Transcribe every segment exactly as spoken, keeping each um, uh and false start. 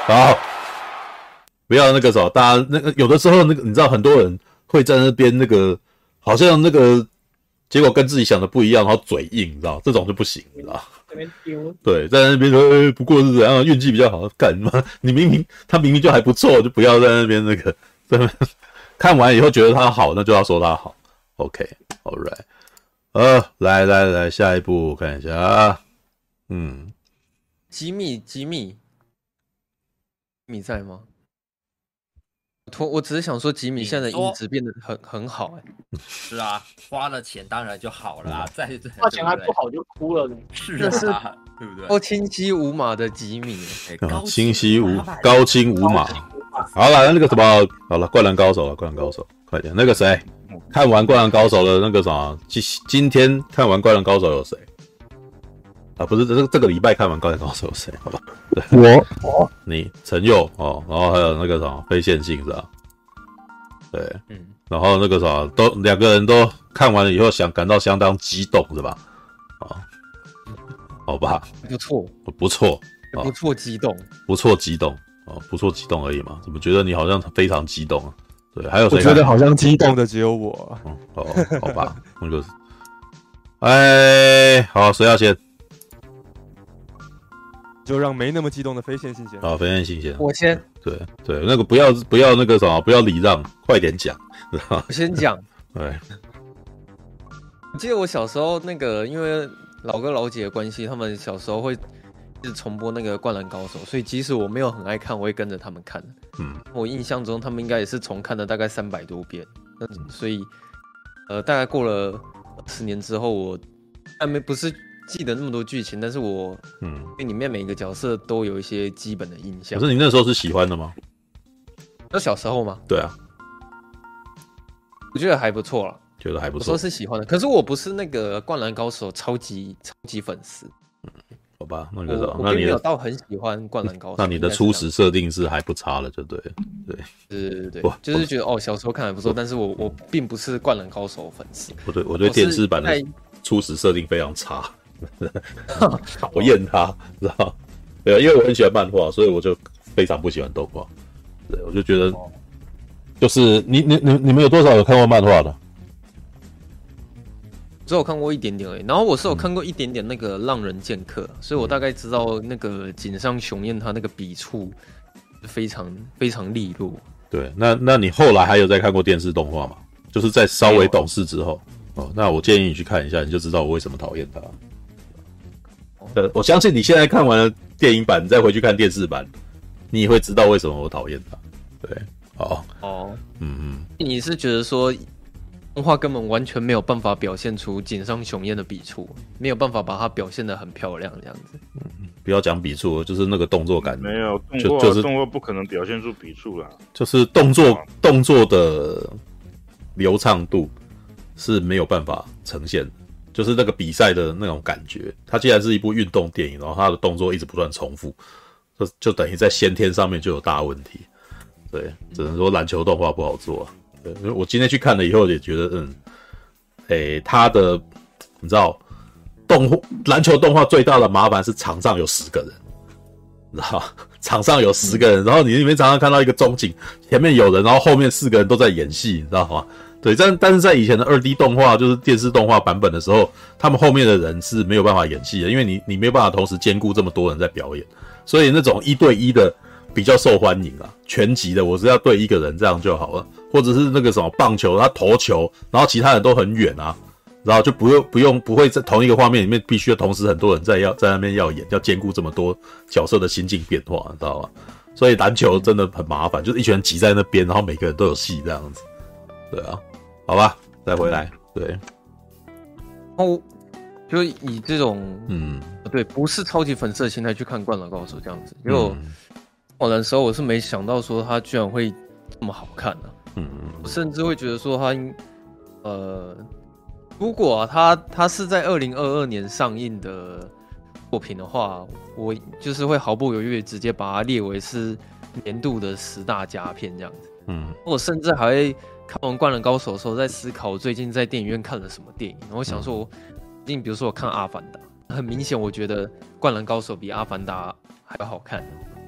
好，不要那个什么，大家那个有的时候那个你知道很多人会在那边那个好像那个结果跟自己想的不一样，然后嘴硬，你知道这种就不行，你知道。对，在那边说，欸、不过是怎样，运气比较好，干嘛？你明明他明明就还不错，就不要在那边那个，在那边看完以后觉得他好，那就要说他好。OK，All right， 呃，来来来，下一步我看一下啊，嗯， 吉米，吉米，吉米在吗？我只是想说，吉米现在的音质变得很很好哎、 欸。是啊，花了钱当然就好了啊，再花钱还不好就哭了呢。 是啊，对不对？ 高清晰无码的吉米， 高清晰无高清无码。好了，那个什么，好了，灌篮高手了，灌篮高手，快点，那个谁，看完灌篮高手的那个啥，今今天看完灌篮高手有谁？啊，不是这这个礼拜看完灌篮高手有谁？好吧， 我我你陈佑哦，然后还有那个啥非线性是吧？对，嗯，然后那个啥都两个人都看完了以后想感到相当激动是吧？啊，好吧， 不错， 不错， 不错，激动， 不错，激动哦，不错，激动而已嘛，怎么觉得你好像非常激动啊？对，还有谁？ 我觉得好像激动的只有我。 嗯，哦，好吧，那个，哎，好，谁要先？ 就让没那么激动的非线性先。 好，非线性先。 我先。 对对，那个不要不要那个什么，不要礼让，快点讲，知道吗？ 我先讲。 对。 我记得我小时候那个，因为老哥老姐的关系，他们小时候会一直重播那个《灌篮高手》，所以即使我没有很爱看，我会跟着他们看。嗯。我印象中他们应该也是重看了大概三百多遍。那所以，呃，大概过了十年之后，我还没不是。记得那么多剧情，但是我嗯，对里面每一个角色都有一些基本的印象。 可是你那时候是喜欢的吗？ 那小时候吗？ 对啊， 我觉得还不错了， 觉得还不错。 我说是喜欢的，可是我不是那个《灌篮高手》超级超级粉丝。 嗯，好吧，那个我并没有到很喜欢《灌篮高手》。 那你的初始设定是还不差了，就对了，对， 对对对对，就是觉得哦，小时候看还不错，但是我我并不是《灌篮高手》粉丝。 我对我对电视版的初始设定非常差。讨厌他，知道？对啊，因为我很喜欢漫画，所以我就非常不喜欢动画。对，我就觉得，就是你你你你们有多少有看过漫画的？ 只有看过一点点而已。然后我是有看过一点点那个《浪人剑客》，所以我大概知道那个井上雄彦他那个笔触非常非常利落。 对，那那你后来还有在看过电视动画吗？就是在稍微懂事之后哦，那我建议你去看一下，你就知道我为什么讨厌他。呃，我相信你现在看完了电影版，你再回去看电视版，你也会知道为什么我讨厌它。对，哦哦，嗯嗯，你是觉得说动画根本完全没有办法表现出井上雄彦的笔触，没有办法把它表现得很漂亮这样子？ 嗯，不要讲笔触，就是那个动作感， 没有动作，就是动作不可能表现出笔触啦， 就是动作动作的流畅度是没有办法呈现的。就是那个比赛的那种感觉，它既然是一部运动电影，然后它的动作一直不断重复，就就等于在先天上面就有大问题。对，只能说篮球动画不好做、啊。对，因为我今天去看了以后也觉得，嗯，诶，它的你知道，动篮球动画最大的麻烦是场上有十个人，你知道，场上有十个人，然后你里面常常看到一个中景，前面有人，然后后面四个人都在演戏，你知道吗？对，但但是在以前的 二 D 动画，就是电视动画版本的时候，他们后面的人是没有办法演戏的，因为你你没有办法同时兼顾这么多人在表演，所以那种一对一的比较受欢迎啊。拳击的我只要对一个人这样就好了，或者是那个什么棒球，他投球，然后其他人都很远啊，然后就不用不用不会在同一个画面里面必须要同时很多人在要在那边要演，要兼顾这么多角色的心境变化，你知道吗？所以篮球真的很麻烦，就是一群人挤在那边，然后每个人都有戏这样子。对啊，好吧，再回来，对， 哦，就以这种嗯，对，不是超级粉丝的心态去看《灌篮高手》这样子，因为我看的时候我是没想到说他居然会这么好看啊，嗯，我甚至会觉得说他，呃，如果啊他他是在二零二二年上映的作品的话，我就是会毫不犹豫直接把它列为是年度的十大佳片这样子，嗯，我甚至还会。看完《灌篮高手》的时候，在思考我最近在电影院看了什么电影。然后我想说，最近比如说我看《阿凡达》，很明显我觉得《灌篮高手》比《阿凡达》还要好看。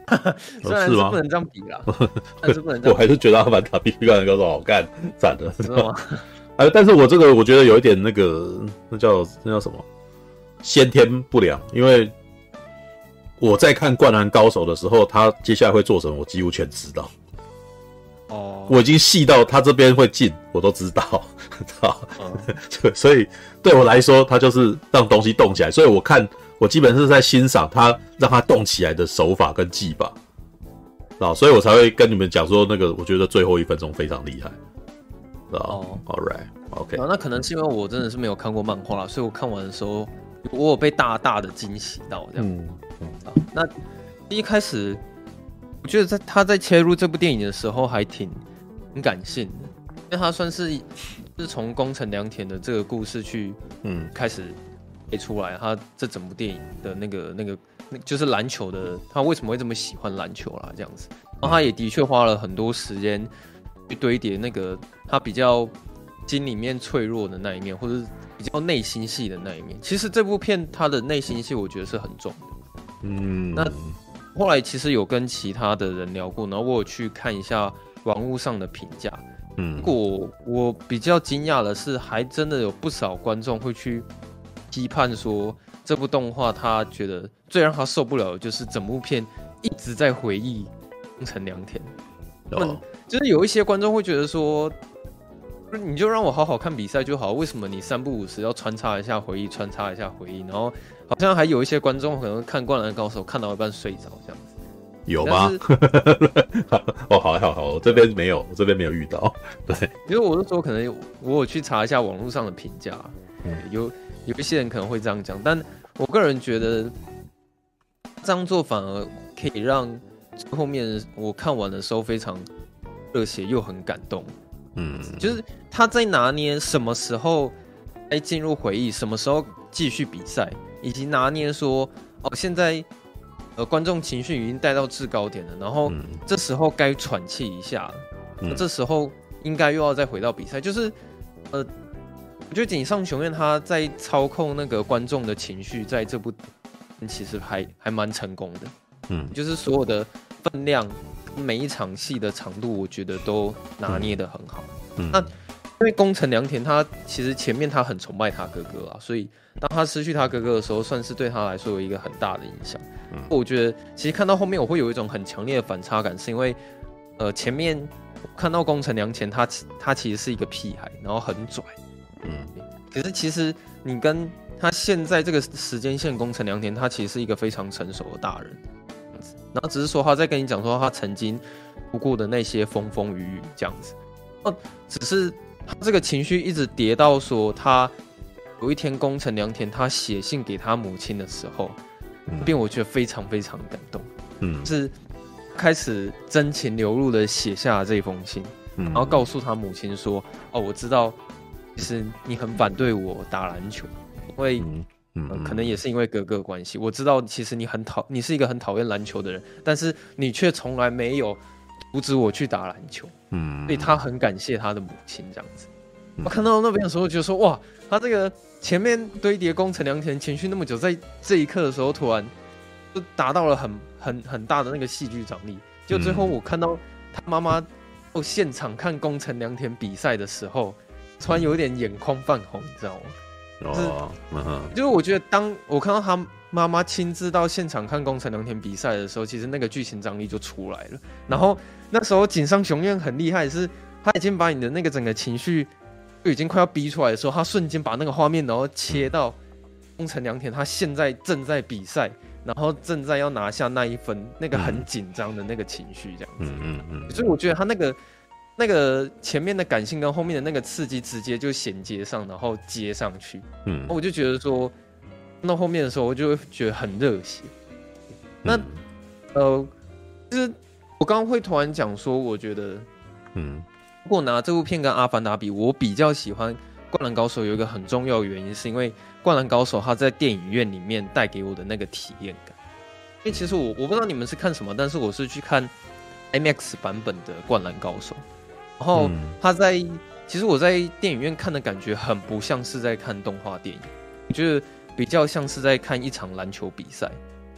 虽然是不能这样比啦，但是不能这样比。 我还是觉得阿凡达比灌篮高手好看，赞的， 知道吗？ 哎，但是我这个我觉得有一点那个，那叫那叫什么先天不良，因为我在看《灌篮高手》的时候，他接下来会做什么，我几乎全知道。哦，我已经细到他这边会进，我都知道，知道？嗯、所以对我来说，他就是让东西动起来。所以我看，我基本是在欣赏他让他动起来的手法跟技法，啊，所以我才会跟你们讲说，那个我觉得最后一分钟非常厉害。哦 ，All right，OK、okay 啊。那可能是因为我真的是没有看过漫画，所以我看完的时候，我有被大大的惊喜到这样。嗯嗯、啊。那一开始。我觉得在他在切入这部电影的时候还挺挺感性的，因为他算是是从宫城良田的这个故事去嗯开始背出来，他这整部电影的那个那个就是篮球的，他为什么会这么喜欢篮球啦这样子，然后他也的确花了很多时间去堆叠那个他比较心里面脆弱的那一面，或者比较内心戏的那一面。其实这部片他的内心戏我觉得是很重的，嗯，那。后来其实有跟其他的人聊过，然后我有去看一下网络上的评价。嗯，不过 我, 我比较惊讶的是，还真的有不少观众会去批判说，这部动画他觉得最让他受不了的就是整部片一直在回忆宫城良田。哦，就是有一些观众会觉得说，你就让我好好看比赛就好，为什么你三不五时要穿插一下回忆，穿插一下回忆，然后好像还有一些观众可能看《灌篮高手》看到一半睡着这样子， 有吗？哦，好好好，我这边没有，我这边没有遇到。对， 因为我那时候可能我有去查一下网络上的评价，嗯，有有一些人可能会这样讲，但我个人觉得这样做反而可以让后面我看完的时候非常热血又很感动。嗯，就是他在拿捏什么时候该进入回忆，什么时候继续比赛，以及拿捏说哦，现在呃观众情绪已经带到制高点了，然后这时候该喘气一下，嗯、这时候应该又要再回到比赛。就是呃，我觉得井上雄彦他在操控那个观众的情绪，在这部其实还还蛮成功的。嗯，就是所有的分量。每一场戏的长度，我觉得都拿捏得很好。嗯，那因为宫城良田他其实前面他很崇拜他哥哥啊，所以当他失去他哥哥的时候，算是对他来说有一个很大的影响。嗯，我觉得其实看到后面我会有一种很强烈的反差感，是因为呃前面看到宫城良田他他其实是一个屁孩，然后很拽。嗯，可是其实你跟他现在这个时间线，宫城良田他其实是一个非常成熟的大人。然后只是说他在跟你讲说他曾经度过的那些风风雨雨这样子，只是他这个情绪一直跌到说他有一天宫城良田他写信给他母亲的时候，那边我觉得非常非常感动，嗯，是开始真情流露的写下这封信，然后告诉他母亲说，哦，我知道其实你很反对我打篮球，因为。嗯呃、可能也是因为哥哥的关系，我知道其实你很讨，你是一个很讨厌篮球的人，但是你却从来没有阻止我去打篮球。嗯，所以他很感谢他的母亲这样子。嗯、我看到那边的时候就说，哇，他这个前面堆叠宫城良田情绪那么久，在这一刻的时候突然就达到了很很很大的那个戏剧张力。就最后我看到他妈妈到现场看宫城良田比赛的时候，突然有点眼眶泛红，你知道吗？就是，嗯、就是我觉得当我看到他妈妈亲自到现场看宫城良田比赛的时候，其实那个剧情张力就出来了。然后那时候井上雄彦很厉害，是他已经把你的那个整个情绪就已经快要逼出来的时候，他瞬间把那个画面然后切到宫城良田他现在正在比赛，然后正在要拿下那一分，那个很紧张的那个情绪这样子。嗯嗯嗯。所以我觉得他那个。那个前面的感性跟后面的那个刺激直接就衔接上，然后接上去。嗯，我就觉得说，到后面的时候，我就会觉得很热血。那、嗯、呃，就是我刚刚会突然讲说，我觉得，嗯，如果拿这部片跟《阿凡达》比，我比较喜欢《灌篮高手》有一个很重要的原因，是因为《灌篮高手》它在电影院里面带给我的那个体验感。因为其实我我不知道你们是看什么，但是我是去看 I MAX 版本的《灌篮高手》。然后他在，其实我在电影院看的感觉很不像是在看动画电影，我觉得比较像是在看一场篮球比赛。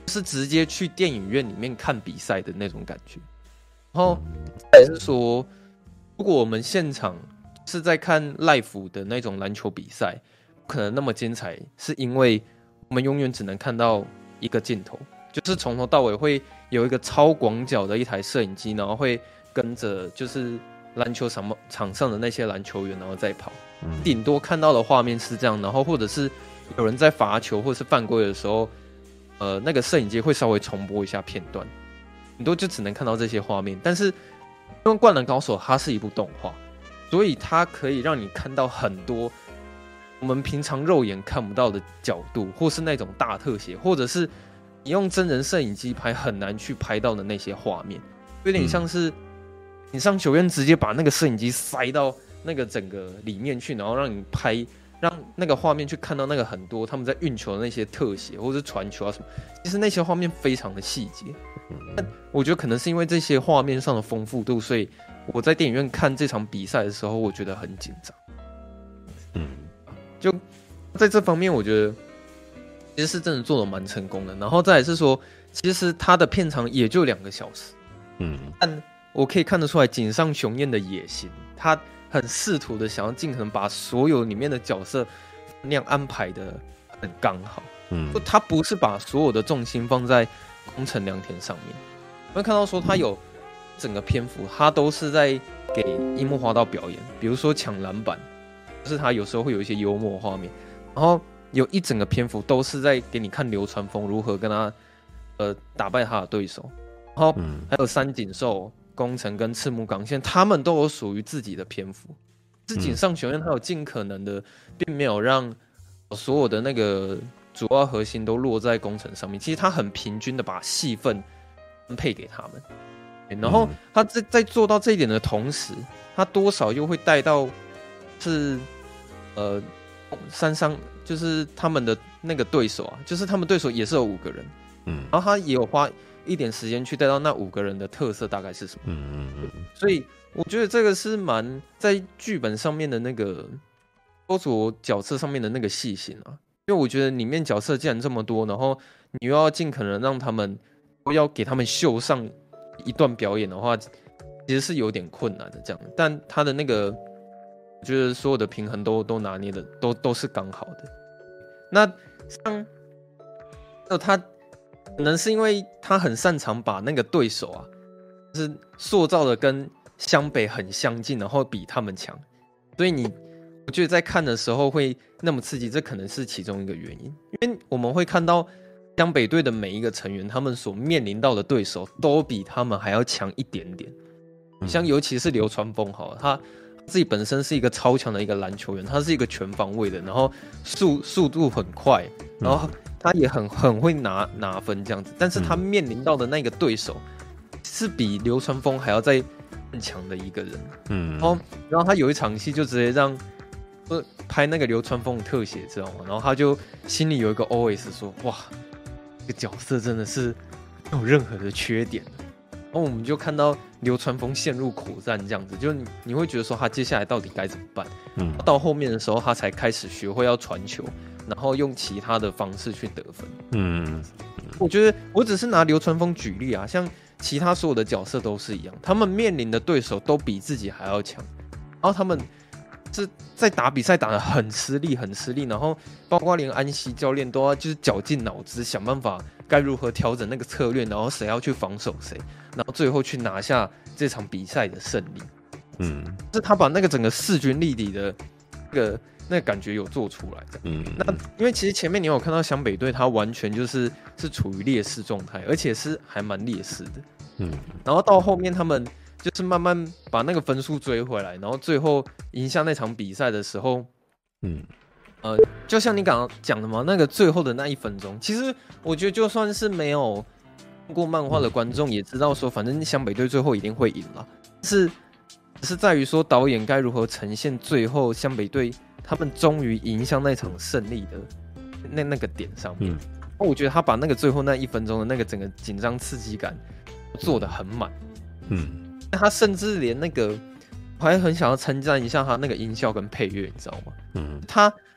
是直接去电影院里面看比赛的那种感觉。然后还是说，如果我们现场是在看 live 的那种篮球比赛，不可能那么精彩，是因为我们永远只能看到一个镜头，就是从头到尾会有一个超广角的一台摄影机，然后会跟着就是篮球场场上的那些篮球员，然后再跑。顶多看到的画面是这样，然后或者是有人在罚球或者是犯规的时候，呃，那个摄影机会稍微重播一下片段，顶多就只能看到这些画面。但是因为《灌篮高手》它是一部动画，所以它可以让你看到很多我们平常肉眼看不到的角度，或是那种大特写，或者是你用真人摄影机拍很难去拍到的那些画面，有点像是你上球院直接把那个摄影机塞到那个整个里面去，然后让你拍，让那个画面去看到那个很多他们在运球的那些特写，或者是传球啊什么。其实那些画面非常的细节，但我觉得可能是因为这些画面上的丰富度，所以我在电影院看这场比赛的时候，我觉得很紧张。嗯，就在这方面，我觉得其实是真的做的蛮成功的。然后再来是说，其实它的片长也就两个小时，嗯，但我可以看得出来井上雄彦的野心，他很试图的想要尽可能把所有里面的角色那样安排的很刚好，嗯，他不是把所有的重心放在宫城良田上面。我会看到说他有整个篇幅，他都是在给樱木花道表演，比如说抢篮板，就是他有时候会有一些幽默画面，然后有一整个篇幅都是在给你看流川枫如何跟他呃打败他的对手，然后还有三井寿、宫城跟赤木刚宪，他们都有属于自己的篇幅。是井上雄彦他有尽可能的，并没有让所有的那个主要核心都落在宫城上面。其实他很平均的把戏份分配给他们，然后他在在做到这一点的同时，他多少又会带到是呃三商，就是他们的那个对手啊，就是他们对手也是有五个人，嗯，然后他也有花一点时间去带到那五个人的特色大概是什么，嗯嗯嗯，所以我觉得这个是蛮在剧本上面的那个多着角色上面的那个细心啊，因为我觉得里面角色既然这么多，然后你又要尽可能让他们都要给他们秀上一段表演的话，其实是有点困难的这样，但他的那个我觉得所有的平衡都都拿捏的都都是刚好的。那像呃他可能是因为他很擅长把那个对手啊，就是塑造的跟湘北很相近，然后比他们强，所以你我觉得在看的时候会那么刺激，这可能是其中一个原因。因为我们会看到湘北队的每一个成员，他们所面临到的对手都比他们还要强一点点。像尤其是流川枫好了，他自己本身是一个超强的一个篮球员，他是一个全方位的，然后速速度很快，然后他也很很会拿拿分这样子，但是他面临到的那个对手是比流川枫还要再更强的一个人，嗯，然后然后他有一场戏就直接让拍那个流川枫的特写，知道吗？然后他就心里有一个 O S 说，哇，这个角色真的是没有任何的缺点。然后我们就看到流川枫陷入苦战这样子，就 你, 你会觉得说他接下来到底该怎么办？嗯，到后面的时候他才开始学会要传球，然后用其他的方式去得分。嗯，我觉得我只是拿流川枫举例啊，像其他所有的角色都是一样，他们面临的对手都比自己还要强，然后他们是在打比赛打得很吃力很吃力，然后包括连安西教练都要就是绞尽脑汁想办法该如何调整那个策略，然后谁要去防守谁，然后最后去拿下这场比赛的胜利。嗯，是他把那个整个势均力敌的那个那个感觉有做出来的。嗯，那因为其实前面你有看到湘北队他完全就是是处于劣势状态，而且是还蛮劣势的。嗯，然后到后面他们就是慢慢把那个分数追回来，然后最后赢下那场比赛的时候，嗯，呃，就像你刚刚讲的嘛，那个最后的那一分钟，其实我觉得就算是没有看过漫画的观众也知道说，反正湘北队最后一定会赢了，是只是在于说导演该如何呈现最后湘北队他们终于赢下那场胜利的那那个点上面。嗯，我觉得他把那个最后那一分钟的那个整个紧张刺激感做得很满。嗯，他甚至连那个我还很想要称赞一下他那个音效跟配乐，你知道吗？嗯，他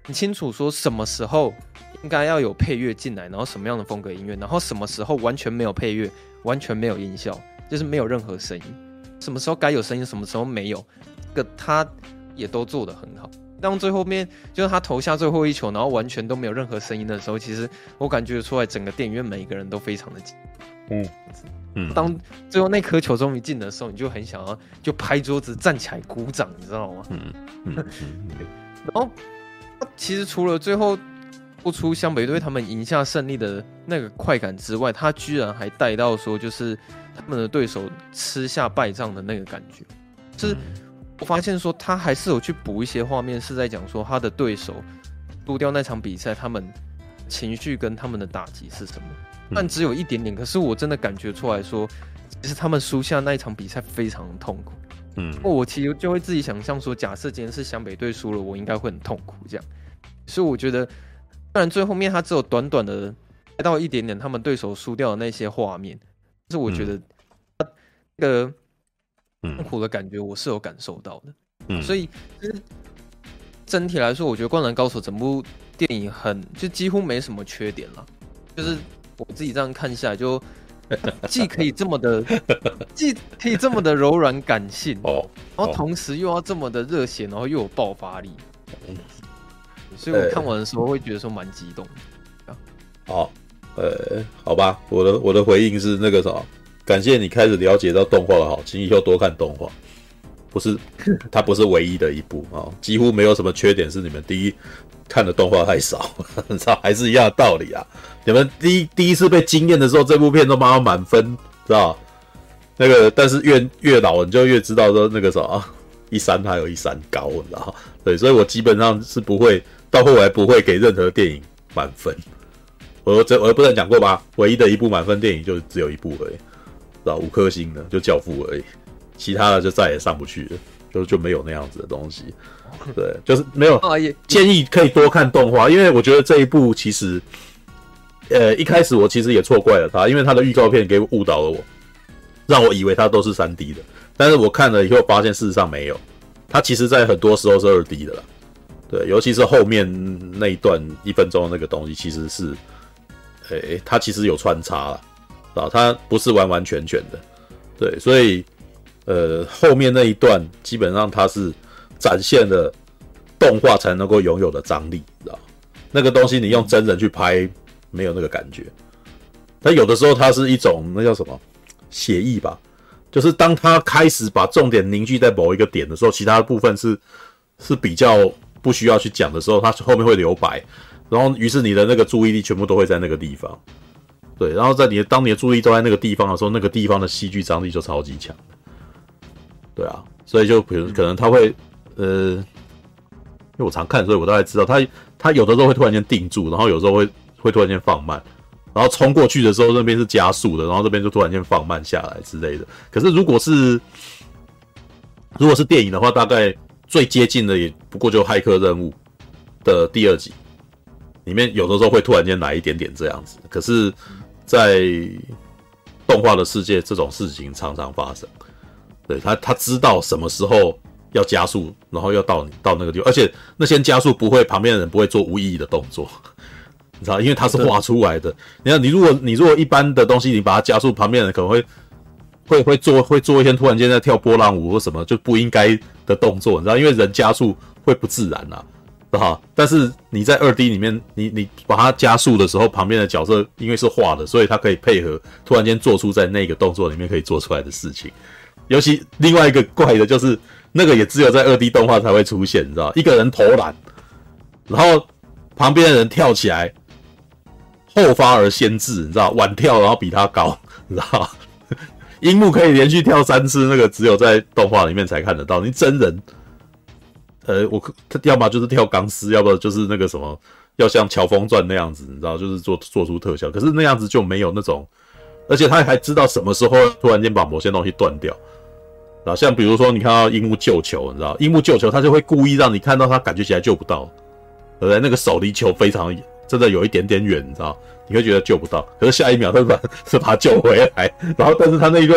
很清楚说什么时候应该要有配乐进来，然后什么样的风格音乐，然后什么时候完全没有配乐，完全没有音效，就是没有任何声音，什么时候该有声音，什么时候没有，这个他也都做得很好。当最后面就是他投下最后一球，然后完全都没有任何声音的时候，其实我感觉出来整个电影院每一个人都非常的紧张。 嗯嗯， 当最后那颗球终于进的时候，你就很想要就拍桌子站起来鼓掌，你知道吗？嗯嗯嗯。然后其实除了最后不出湘北队他们赢下胜利的那个快感之外，他居然还带到说就是他们的对手吃下败仗的那个感觉，就是。我发现说他还是有去补一些画面，是在讲说他的对手输掉那场比赛，他们情绪跟他们的打击是什么，但只有一点点。可是我真的感觉出来说，其实他们输下那一场比赛非常的痛苦。嗯，我其实就会自己想象说，假设今天是湘北队输了，我应该会很痛苦这样。所以我觉得，当然最后面他只有短短的带到一点点他们对手输掉的那些画面，但是我觉得那个。痛苦的感觉我是有感受到的，嗯，所以就是整体来说，我觉得《灌篮高手》整部电影很就几乎没什么缺点了，就是我自己这样看下来，就既可以这么的，既可以这么的柔软感性，哦，然后同时又要这么的热血，然后又有爆发力，嗯，所以我看完的时候会觉得说蛮激动的。 好，呃，好吧，我的我的回应是那个什么。感谢你开始了解到动画的好，请以后多看动画。不是，它不是唯一的一部啊，几乎没有什么缺点。是你们第一看的动画太少，你知道还是一样的道理啊。你们第一第一次被惊艳的时候，这部片都妈妈满分，知道？那个，但是越越老，你就越知道说那个什么一山还有一山高，你知道？对，所以我基本上是不会到后来不会给任何电影满分。我这我不是讲过吗？唯一的一部满分电影就只有一部而已。五颗星的就教父而已，其他的就再也上不去了，就就没有那样子的东西。对，就是没有建议可以多看动画，因为我觉得这一部其实，呃，一开始我其实也错怪了它，因为它的预告片给我误导了我，让我以为它都是 三 D 的，但是我看了以后发现事实上没有，它其实在很多时候是 二 D 的啦。对，尤其是后面那一段一分钟的那个东西，其实是，诶、欸，它其实有穿插啦。啊，它不是完完全全的，对，所以呃后面那一段基本上它是展现了动画才能够拥有的张力，知道？那个东西你用真人去拍没有那个感觉。它有的时候它是一种那叫什么写意吧，就是当它开始把重点凝聚在某一个点的时候，其他的部分是是比较不需要去讲的时候，它后面会留白，然后于是你的那个注意力全部都会在那个地方。对，然后在你的当你的注意力都在那个地方的时候，那个地方的戏剧张力就超级强。对啊，所以就比如可能他会，呃，因为我常看，所以我大概知道他他有的时候会突然间定住，然后有时候会会突然间放慢，然后冲过去的时候那边是加速的，然后这边就突然间放慢下来之类的。可是如果是如果是电影的话，大概最接近的也不过就《骇客任务》的第二集，里面有的时候会突然间来一点点这样子，可是。在动画的世界，这种事情常常发生。对他，他知道什么时候要加速，然后要到到那个地方，而且那些加速不会，旁边的人不会做无意义的动作，你知道，因为它是画出来的。你看，你如果你如果一般的东西，你把它加速，旁边的人可能会会会做会做一些突然间在跳波浪舞或什么就不应该的动作，你知道，因为人加速会不自然啊。但是你在 二 D 里面，你你把它加速的时候，旁边的角色因为是画的，所以它可以配合突然间做出在那个动作里面可以做出来的事情。尤其另外一个怪的就是那个也只有在 二 D 动画才会出现，你知道，一个人投篮，然后旁边的人跳起来，后发而先至，你知道，晚跳然后比他高，你知道，樱木可以连续跳三次，那个只有在动画里面才看得到，你真人。呃，我要么就是跳钢丝，要不就是那个什么，要像《乔峰传》那样子，你知道，就是做做出特效。可是那样子就没有那种，而且他还知道什么时候突然间把某些东西断掉。然后像比如说，你看到樱木救球，你知道，樱木救球，他就会故意让你看到他感觉起来救不到，对不对？那个手离球非常真的有一点点远，你知道，你会觉得救不到。可是下一秒他把是把他救回来，然后但是他那一段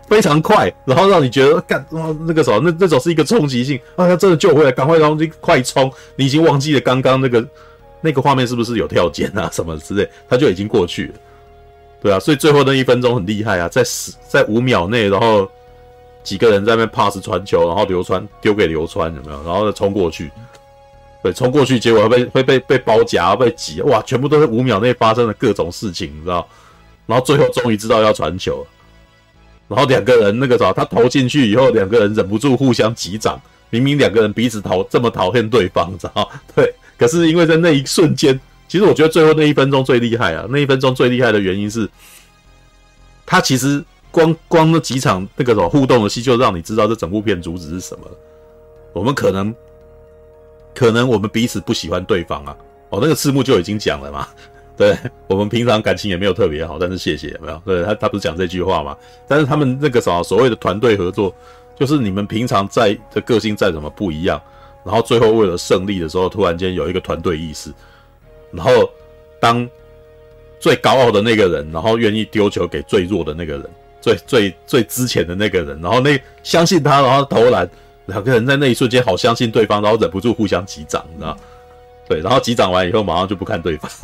非常快，然后让你觉得干哇那个什么那那种是一个冲击性啊，他真的救回来，赶快然后快冲，你已经忘记了刚刚那个那个画面是不是有跳剪啊什么之类，他就已经过去了，对啊，所以最后那一分钟很厉害啊，在十在五秒内，然后几个人在那边 pass 传球，然后流川丢给流川有没有，然后再冲过去，对，冲过去结果会被会被被包夹被挤，哇，全部都是五秒内发生的各种事情，你知道，然后最后终于知道要传球了。然后两个人那个啥，他投进去以后，两个人忍不住互相击掌。明明两个人彼此讨这么讨厌对方，知道？对，可是因为在那一瞬间，其实我觉得最后那一分钟最厉害啊！那一分钟最厉害的原因是，他其实光光那几场那个什么互动的戏，就让你知道这整部片主旨是什么。我们可能可能我们彼此不喜欢对方啊，哦，那个字幕就已经讲了嘛。对，我们平常感情也没有特别好，但是谢谢有没有？对他，他不是讲这句话嘛？但是他们那个什么所谓的团队合作，就是你们平常在的个性再怎么不一样，然后最后为了胜利的时候，突然间有一个团队意识，然后当最高傲的那个人，然后愿意丢球给最弱的那个人，最最最之前的那个人，然后那相信他，然后投篮，两个人在那一瞬间好相信对方，然后忍不住互相击掌，你知道？对，然后击掌完以后，马上就不看对方，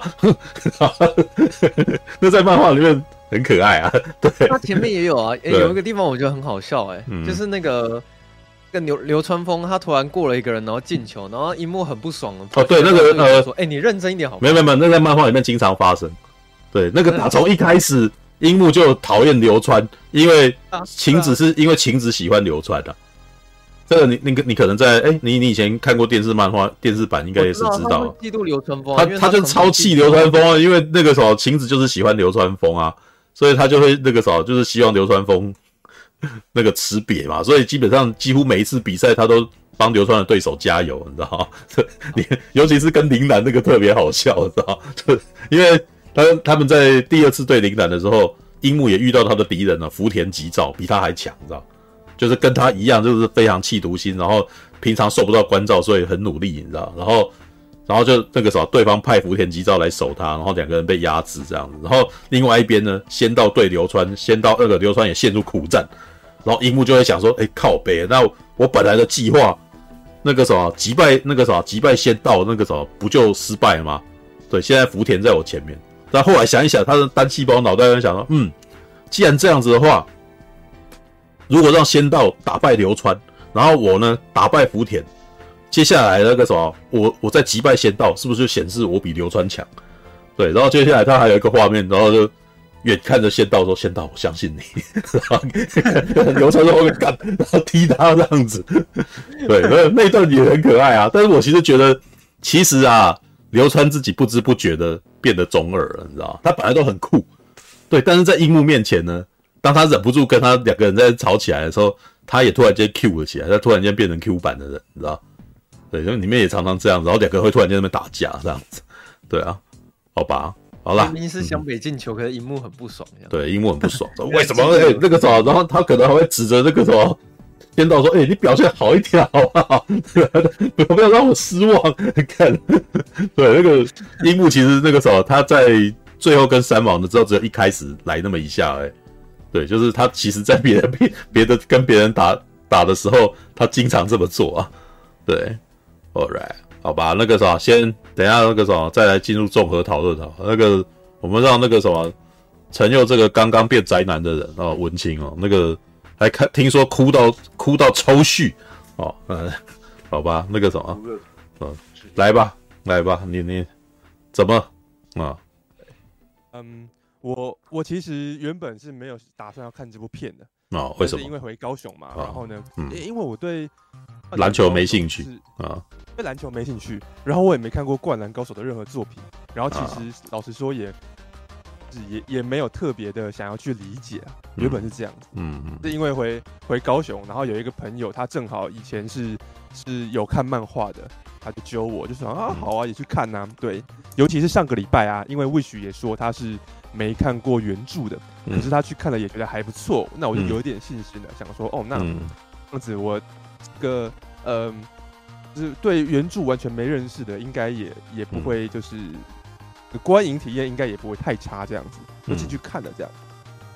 那在漫画里面很可爱啊。对， 他前面也有啊，欸、有一个地方我觉得很好笑、欸，哎、嗯，就是那个那个流流川枫，他突然过了一个人，然后进球，然后樱木很不爽哦，对，那个呃， 说，哎、欸，你认真一点好不好？ 没有没有没有，那在漫画里面经常发生。对，那个打从一开始，樱木就讨厌流川，因为晴子是因为晴子喜欢流川的、啊。这个你你你可能在哎、欸，你你以前看过电视漫画电视版，应该也是知道。 他嫉妒流川枫、 啊，他他就超气流川枫啊，因为那个时候晴子就是喜欢流川枫啊，所以他就会那个时候就是希望流川枫那个吃瘪嘛，所以基本上几乎每一次比赛他都帮流川的对手加油，你知道吗？你尤其是跟陵南那个特别好笑，你知道吗？因为他他们在第二次对陵南的时候，樱木也遇到他的敌人了，福田吉兆比他还强，你知道。就是跟他一样，就是非常企图心，然后平常受不到关照，所以很努力，你知道？然后，然后就那个时候，对方派福田吉兆来守他，然后两个人被压制这样子。然后另外一边呢，仙道对流川，仙道二个流川也陷入苦战。然后樱木就会想说：“哎、欸，靠北，那我本来的计划，那个什么击败那个什么击败仙道，那个什么不就失败了吗？对，现在福田在我前面。但后来想一想，他的单细胞脑袋在想说：嗯，既然这样子的话。”如果让仙道打败流川，然后我呢打败福田，接下来那个什么，我我再击败仙道，是不是就显示我比流川强？对，然后接下来他还有一个画面，然后就远看着仙道说：“仙道，我相信你。”然后流川在后面干，然后踢他这样子。对，那那一段也很可爱啊。但是我其实觉得，其实啊，流川自己不知不觉的变得中二了，你知道吗？他本来都很酷，对，但是在樱木面前呢。当他忍不住跟他两个人在吵起来的时候，他也突然间 Q 了起来，他突然间变成 Q 版的人，你知道？对，因为里面也常常这样，然后两个人会突然间在那边打架这样子。对啊，好吧，好啦。 明明是湘北进球，可是樱木很不爽。 对，樱木很不爽，为什么？哎、欸，那个什么，然后他可能还会指着那个什么仙道说：“哎、欸，你表现好一点好不好？不要让我失望。”看，对，那个樱木其实那个什么，他在最后跟三王的时候，只有一开始来那么一下、欸，哎。对，就是他其实在别人别别的跟别人打打的时候，他经常这么做啊。对 ，all right， 好吧，那个啥，先等一下那个什么，再来进入综合讨论啊。那个我们让那个什么陈佑这个刚刚变宅男的人哦，文青哦，那个还看听说哭到哭到抽搐哦，嗯，好吧，那个什么，嗯，来吧，来吧，你你怎么啊？ 嗯。我我其实原本是没有打算要看这部片的哦，为什么？ 因为回高雄嘛， 哦、 然后呢、 嗯， 因为我对篮球没兴趣啊， 对篮球没兴趣，然后我也没看过《灌篮高手》的任何作品，然后其实、啊、老实说也也也没有特别的想要去理解啊，嗯、原本是这样子， 嗯嗯， 是因为回回高雄，然后有一个朋友他正好以前是是有看漫画的。他就揪我，就说啊，好啊，也去看啊。对，尤其是上个礼拜啊，因为Wish也说他是没看过原著的， 嗯、 可是他去看了也觉得还不错，那我就有一点信心了，嗯、想说哦，那这样子我这个呃，就是对原著完全没认识的，应该也也不会就是、嗯、观影体验应该也不会太差，这样子就进去看了这样。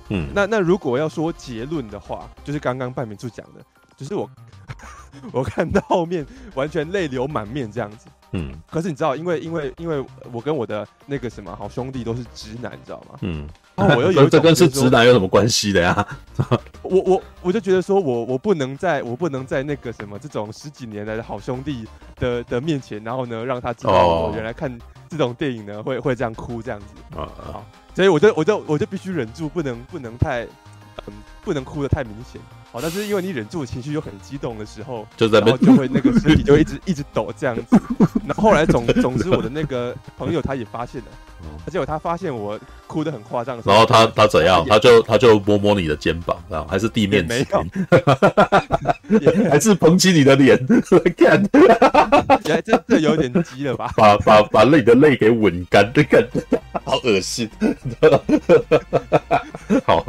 嗯，那那如果要说结论的话，就是刚刚半明处讲的，就是我我看到后面完全泪流满面这样子。嗯，可是你知道，因为因为因为我跟我的那个什么好兄弟都是直男，你知道吗？嗯，然后我又有这跟是直男有什么关系的呀？ 我我我就觉得说我我不能在我不能在那个什么这种十几年来的好兄弟的的面前，然后呢让他知道我原来看这种电影呢会会这样哭这样子啊，好，所以我就我就我就必须忍住，不能不能太嗯不能哭得太明显。好，但是因为你忍住情绪又很激动的时候， 就在然后就会那个身体就一直一直抖这样子。然后后来总总之我的那个朋友他也发现了，而且他发现我哭得很夸张的时候， 然后他他怎样？他就他就摸摸你的肩膀，然后还是地面没有， 还是捧起你的脸看， 这这有点急了吧？ 把把把你的泪给吻干，这个好恶心。好。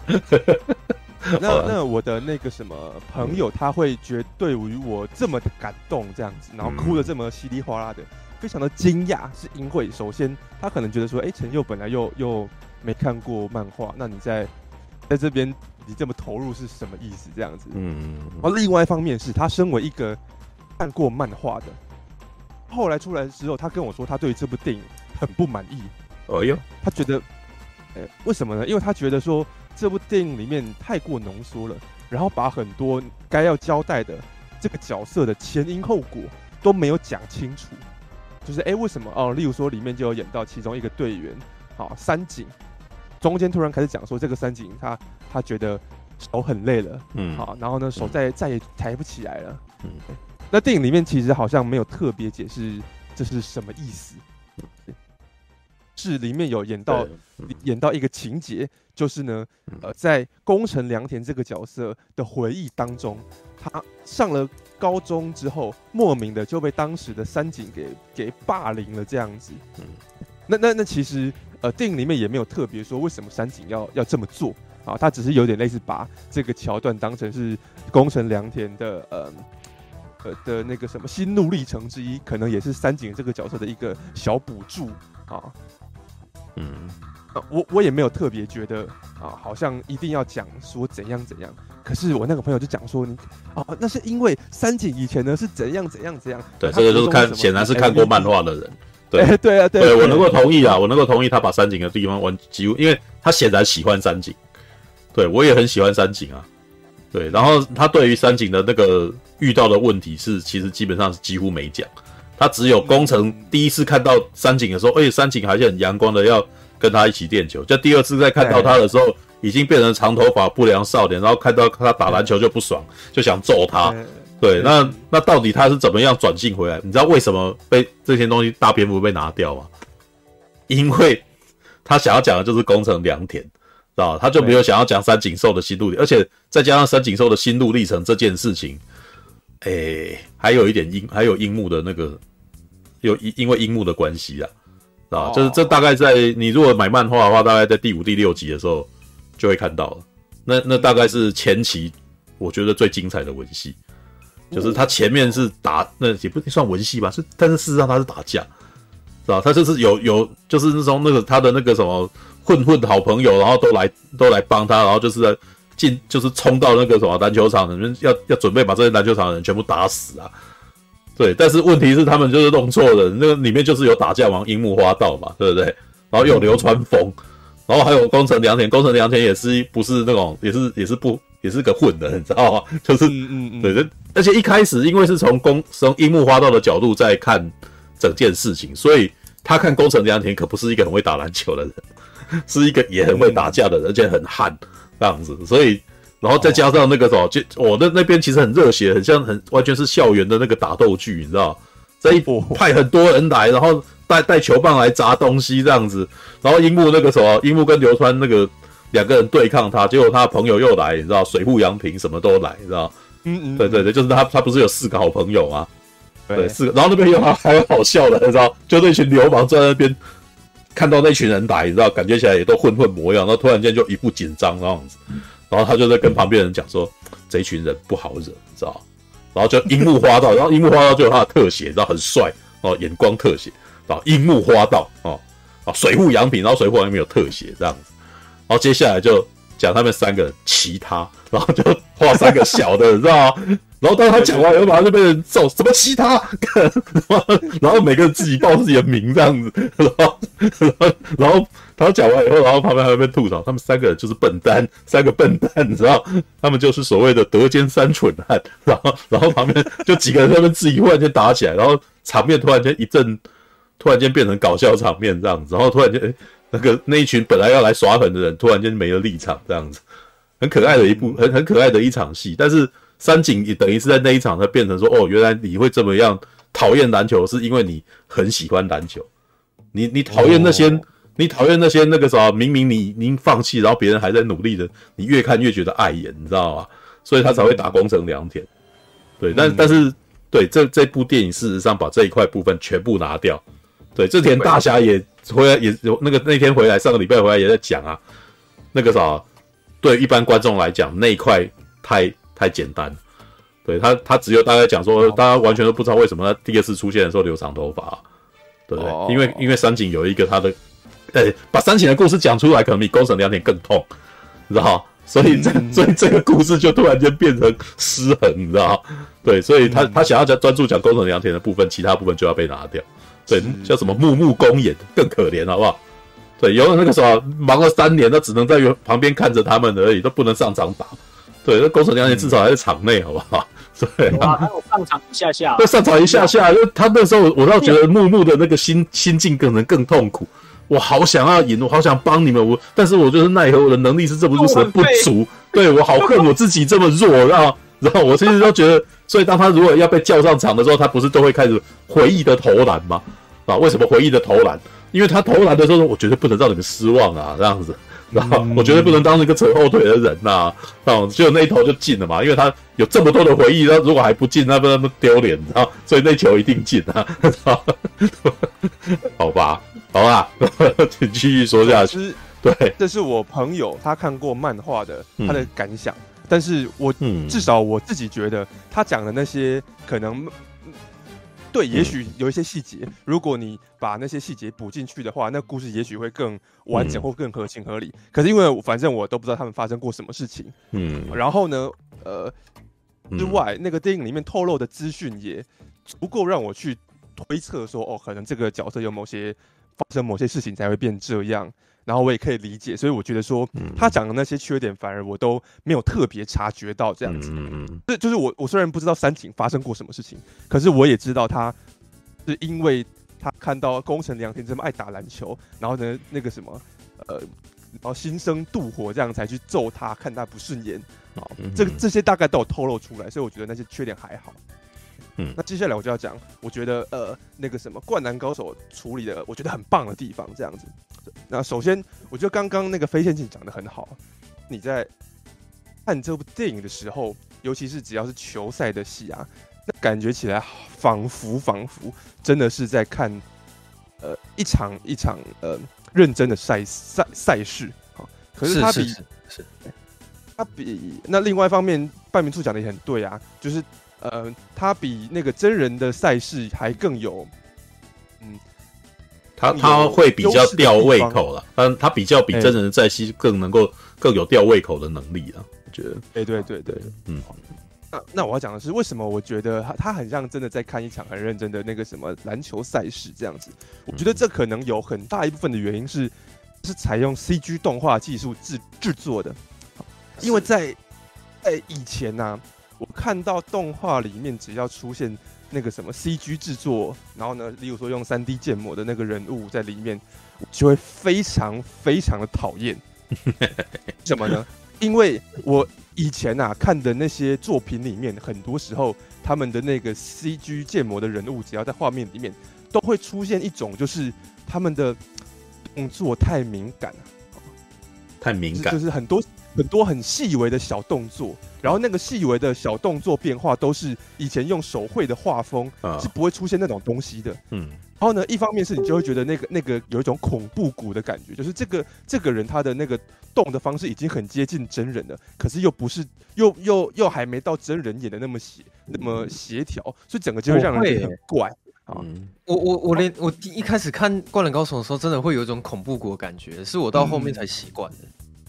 那那我的那个什么朋友，他会觉对于我这么感动这样子，然后哭得这么稀里哗啦的，非常的惊讶，是因为首先他可能觉得说，哎、欸，陈佑本来又又没看过漫画，那你在在这边你这么投入是什么意思？这样子，嗯，然后另外一方面是他身为一个看过漫画的，后来出来之后，他跟我说他对于这部电影很不满意。 哦哟， 他觉得，呃、欸，为什么呢？因为他觉得说。这部电影里面太过浓缩了，然后把很多该要交代的这个角色的前因后果都没有讲清楚。就是哎、欸，为什么哦？例如说里面就有演到其中一个队员，好三井，中间突然开始讲说这个三井他他觉得手很累了，嗯，好，然后呢手再、嗯、再也抬不起来了，嗯，那电影里面其实好像没有特别解释这是什么意思。是里面有演到、嗯、演到一个情节，就是呢，呃，在宫城良田这个角色的回忆当中，他上了高中之后，莫名的就被当时的三井给给霸凌了这样子。嗯，那那那其实呃，电影里面也没有特别说为什么三井要要这么做啊，他只是有点类似把这个桥段当成是宫城良田的呃呃的那个什么心路历程之一，可能也是三井这个角色的一个小补助啊。嗯，啊、我我也没有特别觉得啊，好像一定要讲说怎样怎样。可是我那个朋友就讲说你，哦，那是因为三井以前呢是怎样怎样怎样。 对，这个就是看，显然是看过漫画的人。对、 欸、对啊，对， 对我能够同意啊，我能够同意他把三井的地方完几乎，因为他显然喜欢三井。对我也很喜欢三井啊。对，然后他对于三井的那个遇到的问题是，其实基本上是几乎没讲。他只有宫城第一次看到三井的时候，而且三井还是很阳光的要跟他一起练球。就第二次再看到他的时候，已经变成长头发不良少年，然后看到他打篮球就不爽，就想揍他。对，那那到底他是怎么样转性回来？你知道为什么被这些东西大篇幅被拿掉吗？因为他想要讲的就是宫城良田，知道他就没有想要讲三井寿的心路历程，而且再加上三井寿的心路历程这件事情，诶，还有一点樱，还有樱木的那个。有因为樱木的关系啊，啊、哦，就是这大概在你如果买漫画的话，大概在第五、第六集的时候就会看到了。那那大概是前期我觉得最精彩的文戏，就是他前面是打，那也不算文戏吧，是，但是事实上他是打架，是吧？他就是有有就是那种那个他的那个什么混混好朋友，然后都来都来帮他，然后就是在进就是冲到那个什么篮球场，人要要准备把这些篮球场的人全部打死啊。对，但是问题是他们就是弄错了，那个里面就是有打架王樱木花道嘛，对不对？然后有流川枫，然后还有宫城良田，宫城良田也是不是那种，也是也是不也是个混的，你知道吗？就是嗯嗯嗯，对，而且一开始因为是从宫从樱木花道的角度在看整件事情，所以他看宫城良田可不是一个很会打篮球的人，是一个也很会打架的人，而且很悍这样子，所以。然后再加上那个什么，就我的那边其实很热血，很像很完全是校园的那个打斗剧，你知道？这一派很多人来，然后带带球棒来砸东西这样子。然后樱木那个什么，樱木跟流川那个两个人对抗他，结果他的朋友又来，你知道？水户洋平什么都来，你知道？嗯嗯，对对对，就是他他不是有四个好朋友吗？对，四个。然后那边有还有好笑的，你知道？就那群流氓在那边看到那群人来，你知道？感觉起来也都混混模样，然后突然间就一副紧张那样子。然后他就在跟旁边人讲说，这一群人不好惹，你知道？然后就樱木花道，然后樱木花道就有他的特写，你知道很帅哦，眼光特写，然后樱木花道哦，啊水户洋平，然后水户洋平有特写这样子，然后接下来就讲他们三个其他，然后就画三个小的，你知道吗？然后当他讲完以后，马上就被人揍，什么其他，然后每个人自己报自己的名这样子，然后然后然后他讲完以后，然后旁边还会被吐槽，他们三个就是笨蛋，三个笨蛋，你知道，他们就是所谓的德奸三蠢汉，然后然后旁边就几个人他们自己忽然间打起来，然后场面突然间一阵，突然间变成搞笑场面这样子，然后突然间、欸、那个那一群本来要来耍狠的人，突然间没了立场这样子，很可爱的一部很很可爱的一场戏，但是。三井也等于是在那一场，他变成说，哦，原来你会这么样讨厌篮球，是因为你很喜欢篮球。你你讨厌那些，哦、你讨厌那些那个啥，明明你您放弃，然后别人还在努力的，你越看越觉得碍眼，你知道吗？所以他才会打宫城良田。对，但、嗯、但是对这这部电影事实上把这一块部分全部拿掉。对，这田大侠也回来也有那个那天回来，上个礼拜回来也在讲啊，那个啥，对一般观众来讲那一块太。太简单，对他，他只有大概讲说，大家完全都不知道为什么他第二次出现的时候留长头发，对不对？哦、因为因为三井有一个他的，呃，把三井的故事讲出来，可能比宫城良田更痛，你知道？所以这、嗯、所以这个故事就突然间变成失衡，你知道？对，所以他、嗯、他想要专注讲宫城良田的部分，其他部分就要被拿掉。对，叫什么木木公演更可怜，好不好？对，有那个什么忙了三年，他只能在旁边看着他们而已，都不能上场打。对，那宫城良田至少还在场内，好不好？对啊，他有上场一下下， 对，上场一下下，就他那时候，我倒觉得木木的那个心心境可能更痛苦。我好想要赢，我好想帮你们，我，但是我就是奈何我的能力是这么如此的不足，对我好恨我自己这么弱，然后，然后我其实都觉得，所以当他如果要被叫上场的时候，他不是都会开始回忆的投篮吗？啊，为什么回忆的投篮？因为他投篮的时候，我绝对不能让你们失望啊，这样子。然后我绝对不能当那个扯后腿的人呐、啊，啊，结果那一投就进了嘛，因为他有这么多的回忆，那如果还不进，那不那么丢脸，然后所以那球一定进啊，好吧，好吧，请继续说下去。对， 这是我朋友他看过漫画的他的感想，嗯、但是我、嗯、至少我自己觉得他讲的那些可能。对，也许有一些细节，嗯、如果你把那些细节补进去的话，那故事也许会更完整或更合情合理。嗯、可是因为反正我都不知道他们发生过什么事情，嗯，然后呢，呃，之外、嗯、那个电影里面透露的资讯也足够让我去推测说，哦，可能这个角色有某些发生某些事情才会变这样。然后我也可以理解，所以我觉得说、嗯、他讲的那些缺点，反而我都没有特别察觉到这样子。嗯嗯，这就是我我虽然不知道三井发生过什么事情，可是我也知道他是因为他看到宫城良田这么爱打篮球，然后呢那个什么呃，然后心生妒火，这样才去揍他，看他不顺眼。好，嗯、这这些大概都有透露出来，所以我觉得那些缺点还好。嗯，那接下来我就要讲，我觉得呃那个什么《灌篮高手》处理的我觉得很棒的地方，这样子。那首先，我觉得刚刚那个非线性讲得很好。你在看这部电影的时候，尤其是只要是球赛的戏啊，那感觉起来仿佛仿佛真的是在看呃一场一场呃认真的赛赛赛事。好，可是它比是是是是它比那另外一方面，半明处讲的也很对啊，就是呃它比那个真人的赛事还更有嗯。 他他会比较吊胃口啦，但他比较比真人的赛戏更能够更有吊胃口的能力啦，我觉得。 哎、欸，对对对，嗯。那那我要讲的是，为什么我觉得他他很像真的在看一场很认真的那个什么篮球赛事这样子？我觉得这可能有很大一部分的原因是是采用 C G 动画技术制制作的，因为在在以前呢、啊，我看到动画里面只要出现。那个什么 C G 制作，然后呢，例如说用 三 D 建模的那个人物在里面，就会非常非常的讨厌。什么呢？因为我以前啊看的那些作品里面，很多时候他们的那个 C G 建模的人物，只要在画面里面，都会出现一种就是他们的动作太敏感了， 太敏感， 就是很多。很多很细微的小动作，然后那个细微的小动作变化都是以前用手绘的画风是不会出现那种东西的。嗯，然后呢，一方面是你就会觉得那个那个有一种恐怖谷的感觉，就是这个这个人他的那个动的方式已经很接近真人了，可是又不是又又又还没到真人演的那么协那么协调，所以整个就会让人觉得很怪。 嗯，我我我连我一开始看《灌篮高手》的时候，真的会有一种恐怖谷的感觉，是我到后面才习惯的。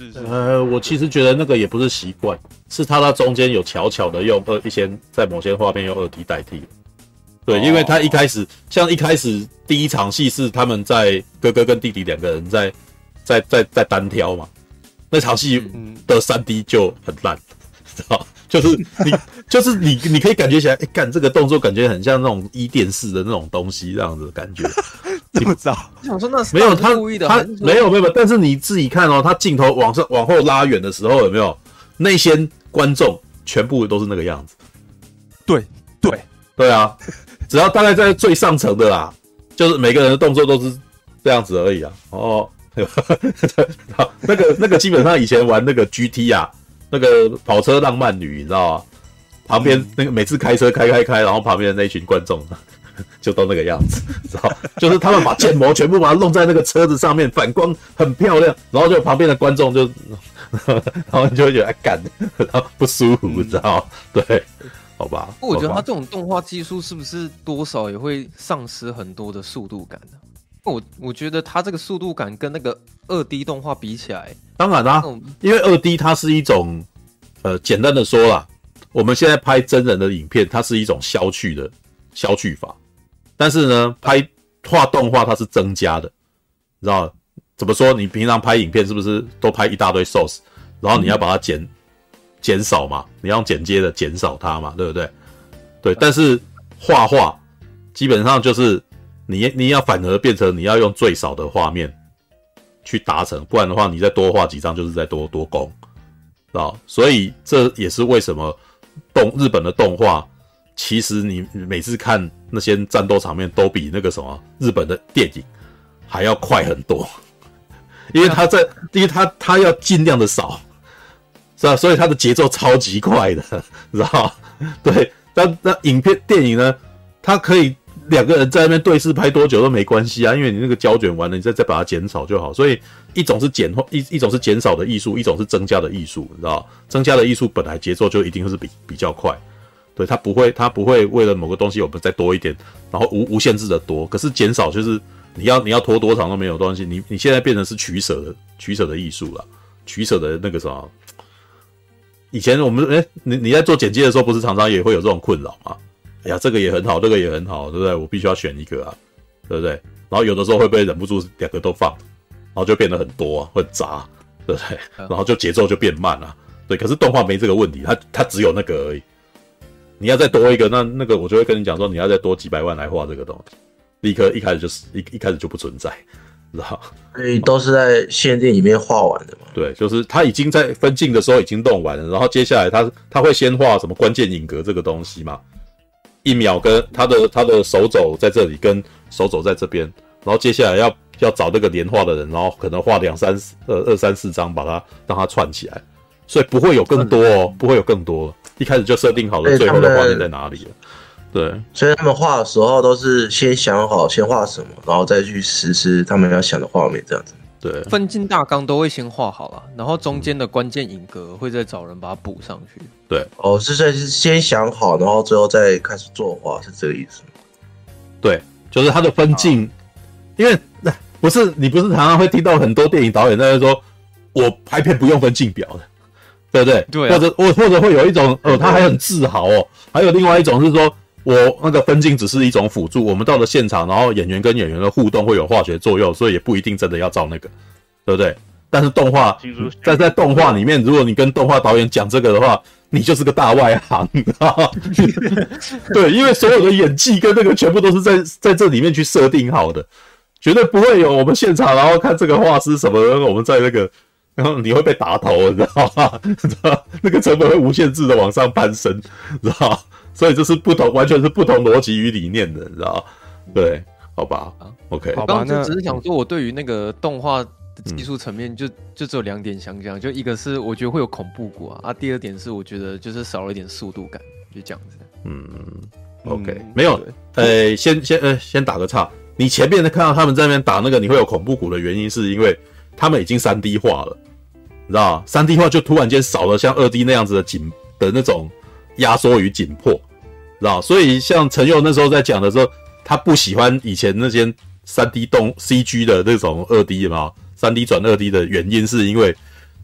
呃，我其实觉得那个也不是习惯，是他它中间有巧巧的用二一些在某些画面用二 D 代替。对，因为他一开始像一开始第一场戏是他们在哥哥跟弟弟两个人在在在在单挑嘛，那场戏的 三 D 就很烂，知道？就是你就是你你可以感觉起来，哎，干这个动作感觉很像那种伊甸式的那种东西，这样子的感觉。 这么早？ 我想说那是没有他故意的， 他没有没有，但是你自己看哦，他镜头往上往后拉远的时候，有没有那些观众全部都是那个样子？ 对对对啊，只要大概在最上层的啦，就是每个人的动作都是这样子而已啊。哦，那个那个基本上以前玩那个 G T 啊，那个跑车浪漫旅，你知道吗？旁边那个每次开车开开开，然后旁边的那一群观众就都那个样子，知道？就是他们把建模全部把它弄在那个车子上面，反光很漂亮，然后就旁边的观众就，然后你就会觉得哎干，然后不舒服，你知道？对，好吧。 我觉得他这种动画技术是不是多少也会丧失很多的速度感呢？我我觉得他这个速度感跟那个二 D 动画比起来， 当然啦、啊，因为二 D 它是一种，呃，简单的说啦，我们现在拍真人的影片，它是一种消去的消去法，但是呢，拍画动画它是增加的，你知道怎么说？你平常拍影片是不是都拍一大堆 source， 然后你要把它减减少嘛，你要用剪接的减少它嘛，对不对？对，但是画画基本上就是你你要反而变成你要用最少的画面去达成，不然的话你再多画几张就是再多多工，知道？所以这也是为什么动日本的动画，其实你每次看那些战斗场面都比那个什么日本的电影还要快很多，因为他在，因为他他要尽量的少，是吧？所以他的节奏超级快的，知道？对，那那影片电影呢，它可以两个人在那边对视拍多久都没关系啊，因为你那个胶卷完了，你再再把它减少就好。所以一种是减一一种是减少的艺术，一种是增加的艺术，你知道？增加的艺术本来节奏就一定是比比较快。对，它不会，它不会为了某个东西我们再多一点，然后无无限制的多。可是减少就是你要你要拖多长都没有东西，你你现在变成是取舍的取舍的艺术了，取舍的那个什么。以前我们哎、欸，你你在做剪接的时候，不是常常也会有这种困扰吗？哎呀，这个也很好，这个也很好，对不对？我必须要选一个啊，对不对？然后有的时候会不会忍不住两个都放，然后就变得很多啊，会杂，对不对？然后就节奏就变慢了。对，可是动画没这个问题，它它只有那个而已。你要再多一个，那那个我就会跟你讲说，你要再多几百万来画这个东西，立刻一开始就是一一开始就不存在，知道？ 所以都是在限定里面画完的嘛。 对，就是他已经在分镜的时候已经弄完了，然后接下来他他会先画什么关键影格这个东西嘛，一秒跟他的他的手肘在这里，跟手肘在这边，然后接下来要要找那个连画的人，然后可能画两三二二三四张，把它让它串起来，所以不会有更多哦，不会有更多，一开始就设定好了最后的画面在哪里了。对， 所以他们画的时候都是先想好先画什么，然后再去实施他们要想的画面，这样子。 对， 分镜大纲都会先画好了，然后中间的关键影格会再找人把它补上去。 对， 哦，是在是先想好，然后最后再开始作画，是这个意思吗？ 对，就是它的分镜，因为那不是你不是常常会听到很多电影导演在说，我拍片不用分镜表的，对不对？ 对、啊， 或者或或者会有一种，呃，他还很自豪哦。还有另外一种是说，我那个分镜只是一种辅助，我们到了现场，然后演员跟演员的互动会有化学作用，所以也不一定真的要照那个，对不对？但是动画在在动画里面，如果你跟动画导演讲这个的话，你就是个大外行，你知道吗？对，因为所有的演技跟那个全部都是在在这里面去设定好的，绝对不会有我们现场然后看这个画师什么的，我们在那个。然后你会被打头，你知道吗？知道那个成本会无限制的往上攀升，知道？所以这是不同，完全是不同逻辑与理念的，你知道？对，好吧 ，OK。 我刚刚只是想说，我对于那个动画的技术层面就，就就只有两点想讲，就一个是我觉得会有恐怖谷啊，啊，第二点是我觉得就是少了一点速度感，就这样子。 嗯 ，OK，、嗯、没有，呃，先先呃先打个岔，你前面看到他们在那边打那个，你会有恐怖谷的原因，是因为他们已经 三 D 化了。你知道吗 ？三 D 化就突然间少了像二 D 那样子的紧的那种压缩与紧迫，知道？所以像陈佑那时候在讲的时候，他不喜欢以前那些 三 D 动 C G 的那种二 D 嘛 ，三 D 转二 D 的原因是因为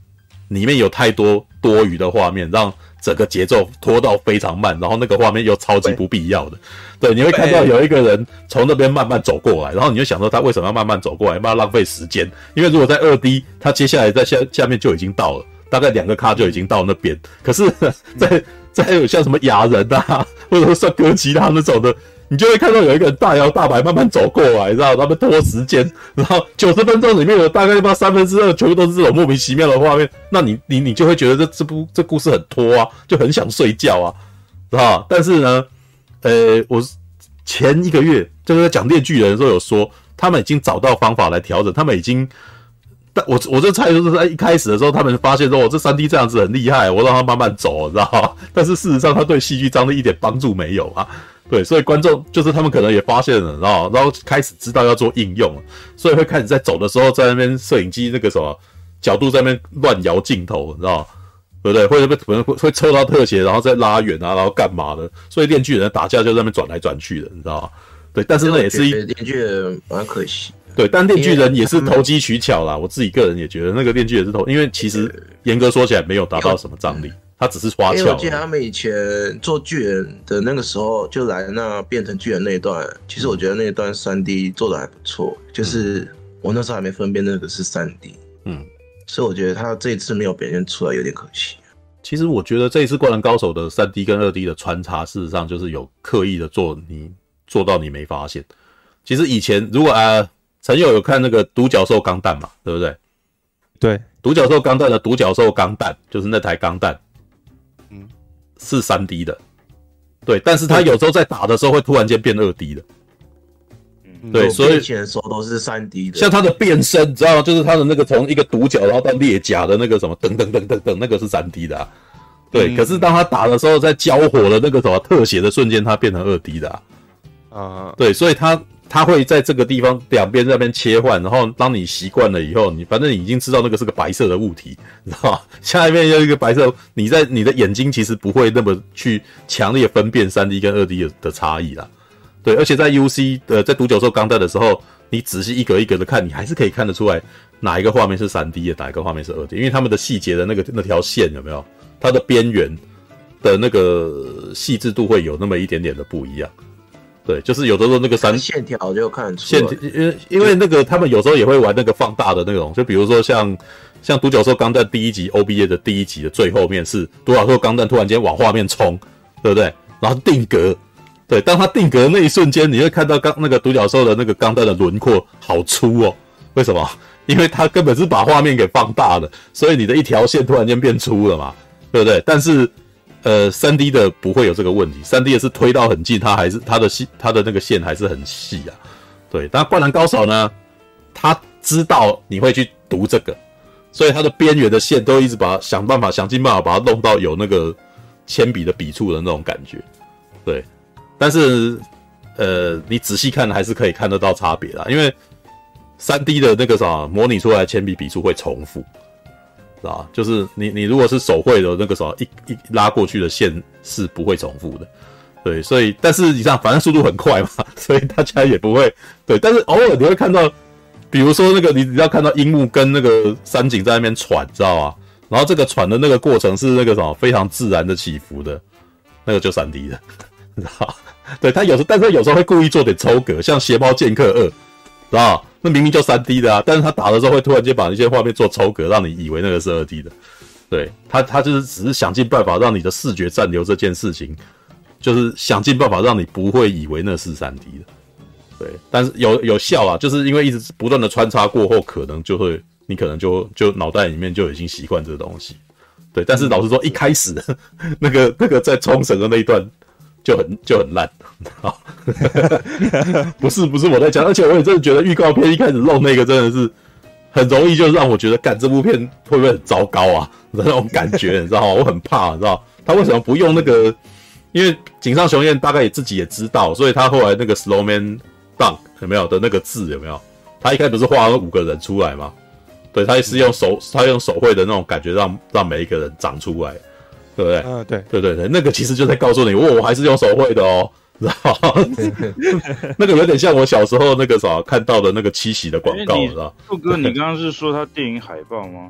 里面有太多多余的画面，让整个节奏拖到非常慢，然后那个画面又超级不必要的。对，你会看到有一个人从那边慢慢走过来，然后你就想说他为什么要慢慢走过来，慢慢浪费时间？因为如果在 二 D， 他接下来在下下面就已经到了，大概两个卡就已经到那边。可是在在有像什么雅人啊，或者说像哥吉拉那种的，你就会看到有一个人大摇大摆慢慢走过来，知道他们拖时间，然后九十分钟里面有大概不知道三分之二全部都是这种莫名其妙的画面，那你你你就会觉得这这部这故事很拖啊，就很想睡觉啊，知道？但是呢，呃，我前一个月就是在讲《链锯人》的时候有说，他们已经找到方法来调整，他们已经，但我我这猜就是在一开始的时候，他们发现说，我这 三 D 这样子很厉害，我让他慢慢走，知道吗？但是事实上，他对戏剧张力一点帮助没有啊。对，所以观众就是他们可能也发现了，然后然后开始知道要做应用了，所以会开始在走的时候，在那边摄影机那个什么角度在那边乱摇镜头，你知道吗？对不对？会可能会会抽到特写，然后再拉远啊，然后干嘛的？所以链锯人的打架就在那边转来转去的，你知道吗？对，但是那也是一链锯人蛮可惜。 对，但链锯人也是投机取巧啦。我自己个人也觉得那个链锯人是投，因为其实严格说起来没有达到什么张力。他只是花俏。 因为我记得他们以前做巨人的那个时候，就来那变成巨人那一段，其实我觉得那一段 三 D 做的还不错，就是我那时候还没分辨那个是 三 D， 嗯，所以我觉得他这一次没有表现出来有点可惜。 其实我觉得这一次《灌篮高手》的 三 D 跟 二 D 的穿插，事实上就是有刻意的做你做到你没发现。其实以前如果啊，陈友有看那个独角兽钢弹嘛，对不对？ 对， 独角兽钢弹的独角兽钢弹就是那台钢弹。嗯，是 三 D 的，对，但是他有时候在打的时候会突然间变 二 D 的，嗯，对，所以以前的时候都是 三 D 的， 像他的变身，你知道吗？就是他的那个从一个独角然后到裂甲的那个什么等等等等等，那个是 三 D 的啊，对，嗯，可是当他打的时候，在交火的那个什么特写的瞬间，他变成 二 D 的啊，啊，对，所以他。他会在这个地方两边在那边切换，然后当你习惯了以后，你反正你已经知道那个是个白色的物体，你知道吗？下面有一个白色，你在你的眼睛其实不会那么去强烈分辨 三 D 跟 二 D 的, 的差异啦。对，而且在 U C 呃在独角兽钢弹的时候，你仔细一格一格的看，你还是可以看得出来哪一个画面是 三 D 的，哪一个画面是 二 D， 因为他们的细节的那个那条线有没有？它的边缘的那个细致度会有那么一点点的不一样。对，就是有的时候那个三线条就看得出来， 线因为因为那个他们有时候也会玩那个放大的那种，就比如说像像独角兽钢弹第一集 O B A 的第一集的最后面是独角兽钢弹突然间往画面冲，对不对？然后定格，对，当他定格的那一瞬间，你会看到刚那个独角兽的那个钢弹的轮廓好粗哦，为什么？因为他根本是把画面给放大了，所以你的一条线突然间变粗了嘛，对不对？但是。呃 ，三 D 的不会有这个问题 ，三 D 的是推到很近，它还是它的细，它的那个线还是很细啊。对，但灌篮高手呢，他知道你会去读这个，所以它的边缘的线都一直把想办法想尽办法把它弄到有那个铅笔的笔触的那种感觉。对，但是呃，你仔细看还是可以看得到差别啦，因为 三 D 的那个啥模拟出来铅笔笔触会重复。啊，就是你你如果是手绘的那个什么一一拉过去的线是不会重复的，对，所以但是你知道反正速度很快嘛，所以大家也不会对，但是偶尔你会看到，比如说那个你只要看到樱木跟那个三井在那边喘，知道吗？然后这个喘的那个过程是那个什么非常自然的起伏的，那个就 三 D 的，你知道？对，他有时但是有时候会故意做点抽格，像邪猫剑客二，知道？那明明就 三 D 的啊，但是他打的时候会突然间把那些画面做抽格，让你以为那个是 二 D 的。对，他他就是只是想尽办法让你的视觉暂留这件事情，就是想尽办法让你不会以为那是 三 D 的。对，但是有有效啊，就是因为一直不断的穿插过后，可能就会你可能就就脑袋里面就已经习惯这个东西。对，但是老实说，一开始那个那个在冲绳的那一段。就很就很烂，好，不是不是我在讲，而且我也真的觉得预告片一开始露那个真的是很容易就让我觉得，干这部片会不会很糟糕啊？那种感觉你知道吗？我很怕，你知道他为什么不用那个？因为井上雄彦大概也自己也知道，所以他后来那个 slow man dunk 有没有的那个字有没有？他一开始不是画了五个人出来吗？对，他也是用手他用手绘的那种感觉让让每一个人长出来。对不对？嗯，对，对对对，那个其实就在告诉你，我我还是用手绘的哦，知道吗？那个有点像我小时候那个啥看到的那个七喜的广告，知道？ 杜哥，你刚刚是说他电影海报吗？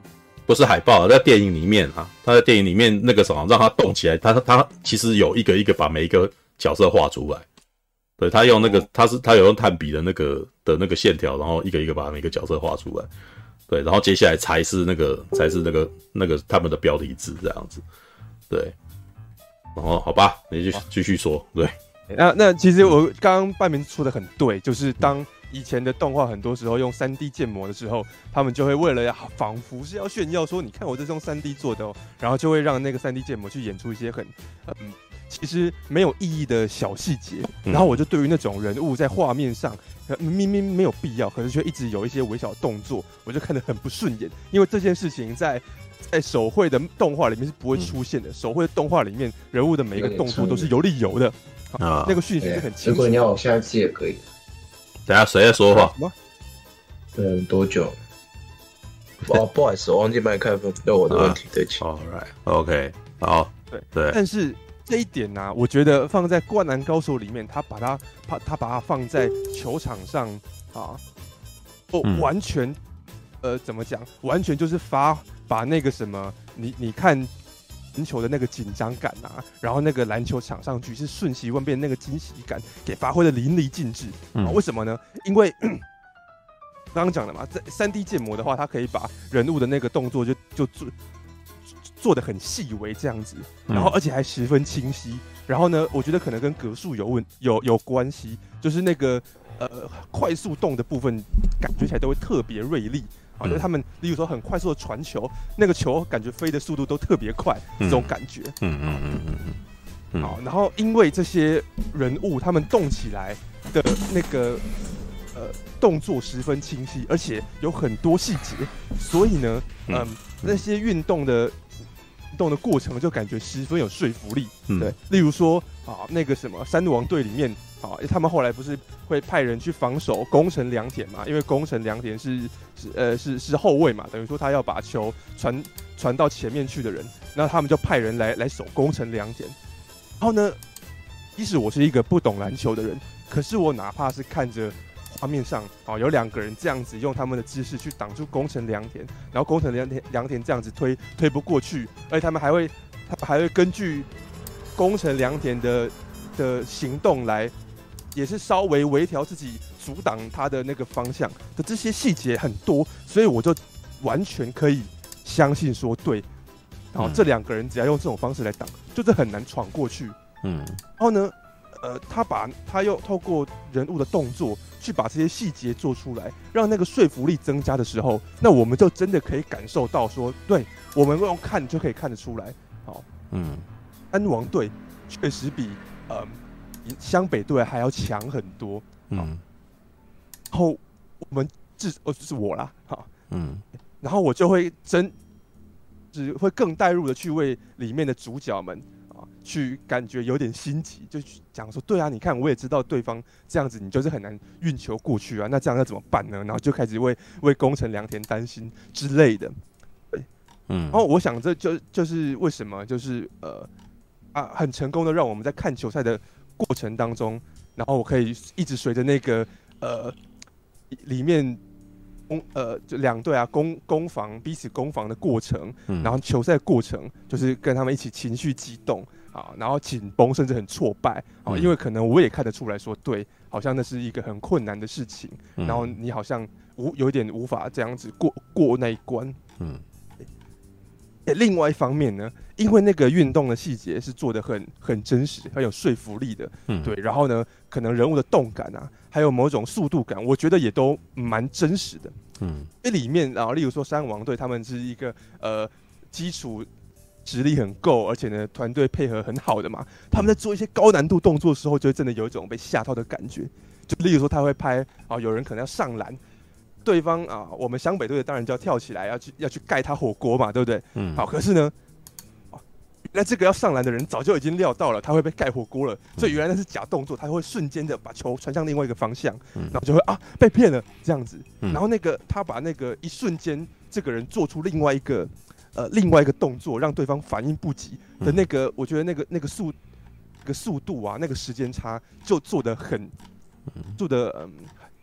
不是海报，在电影里面啊，他在电影里面那个什么让他动起来，他他其实有一个一个把每一个角色画出来。对，他用那个他是他有用炭笔的那个的那个线条，然后一个一个把每个角色画出来。对，然后接下来才是那个才是那个那个他们的标题字这样子。对，然后好吧，你就继续说。对， 那那其实我刚刚半明说的很对，就是当以前的动画很多时候用 三 D 建模的时候，他们就会为了要仿佛是要炫耀说，你看我这是用 三 D 做的哦，然后就会让那个 三 D 建模去演出一些很嗯其实没有意义的小细节，然后我就对于那种人物在画面上明明没有必要，可是却一直有一些微小动作，我就看得很不顺眼，因为这件事情在在手绘的动画里面是不会出现的，手绘的动画里面人物的每一个动作都是有理由的啊，那个讯息是很清楚。 如果你要我下次也可以。 等一下谁在说话？ 什么？ 嗯，多久？哦，不好意思，我忘记麦克风，那我的问题，对不起。 All right, OK， 好， 对对， 但是这一点呢、啊，我觉得放在《灌篮高手》里面，他把它他他把它放在球场上啊，哦， 嗯、 完全呃怎么讲？完全就是发把那个什么，你你看篮球的那个紧张感啊，然后那个篮球场上局势瞬息万变那个惊喜感，给发挥的淋漓尽致。啊，为什么呢？因为刚刚讲的嘛，在 三 D 建模的话，它可以把人物的那个动作就就做做得很细微这样子，然后而且还十分清晰。然后呢，我觉得可能跟格数有问有有关系，就是那个呃快速动的部分，感觉起来都会特别锐利。啊，就是他们，例如说很快速的传球，那个球感觉飞的速度都特别快，这种感觉。 嗯嗯嗯嗯嗯。好，然后因为这些人物他们动起来的那个呃动作十分清晰，而且有很多细节，所以呢，嗯，嗯那些运动的运动的过程就感觉十分有说服力。嗯、对，例如说啊，那个什么山王队里面。好，他们后来不是会派人去防守宫城良田嘛？因为宫城良田是是呃是是后卫嘛，等于说他要把球传传到前面去的人，那他们就派人来来守宫城良田。然后呢，即使我是一个不懂篮球的人，可是我哪怕是看着画面上啊有两个人这样子用他们的姿势去挡住宫城良田，然后宫城良田良田这样子推推不过去，而且他们还会他们还会根据宫城良田的的行动来。也是稍微微调自己阻挡他的那个方向的这些细节很多，所以我就完全可以相信说，对，然后这两个人只要用这种方式来挡，就是很难闯过去。嗯，然后呢，呃，他把他又透过人物的动作去把这些细节做出来，让那个说服力增加的时候，那我们就真的可以感受到说，对，我们用看就可以看得出来。好，嗯，安王队确实比呃。湘北队还要强很多，嗯，然后我们至哦就是我啦，好，嗯，然后我就会真，只会更带入的去为里面的主角们啊，去感觉有点心急，就讲说，对啊，你看我也知道对方这样子，你就是很难运球过去啊，那这样要怎么办呢？然后就开始为为宫城良田担心之类的，对，嗯，然后我想这就就是为什么就是呃啊很成功的让我们在看球赛的。过程当中，然后我可以一直随着那个呃里面攻呃就两队啊攻攻防彼此攻防的过程，嗯、然后球赛过程就是跟他们一起情绪激动啊，然后紧绷甚至很挫败啊，嗯、因为可能我也看得出来说，对，好像那是一个很困难的事情，嗯、然后你好像无有一点无法这样子过过那一关，嗯。另外一方面呢，因为那个运动的细节是做得很很真实、很有说服力的，嗯，对。然后呢，可能人物的动感啊，还有某种速度感，我觉得也都蛮真实的，嗯。因为里面啊，例如说山王队，他们是一个呃基础实力很够，而且呢团队配合很好的嘛，他们在做一些高难度动作的时候，就真的有一种被吓到的感觉。就例如说他会拍啊，有人可能要上篮。对方啊，我们湘北队的当然就要跳起来，要去要去盖他火锅嘛，对不对？嗯。好，可是呢，那这个要上篮的人早就已经料到了他会被盖火锅了，所以原来那是假动作，他会瞬间的把球传向另外一个方向，嗯、然后就会啊被骗了这样子。嗯、然后那个他把那个一瞬间，这个人做出另外一个呃另外一个动作，让对方反应不及的那个，嗯、我觉得那个那个速那个速度啊，那个时间差就做得很做得嗯。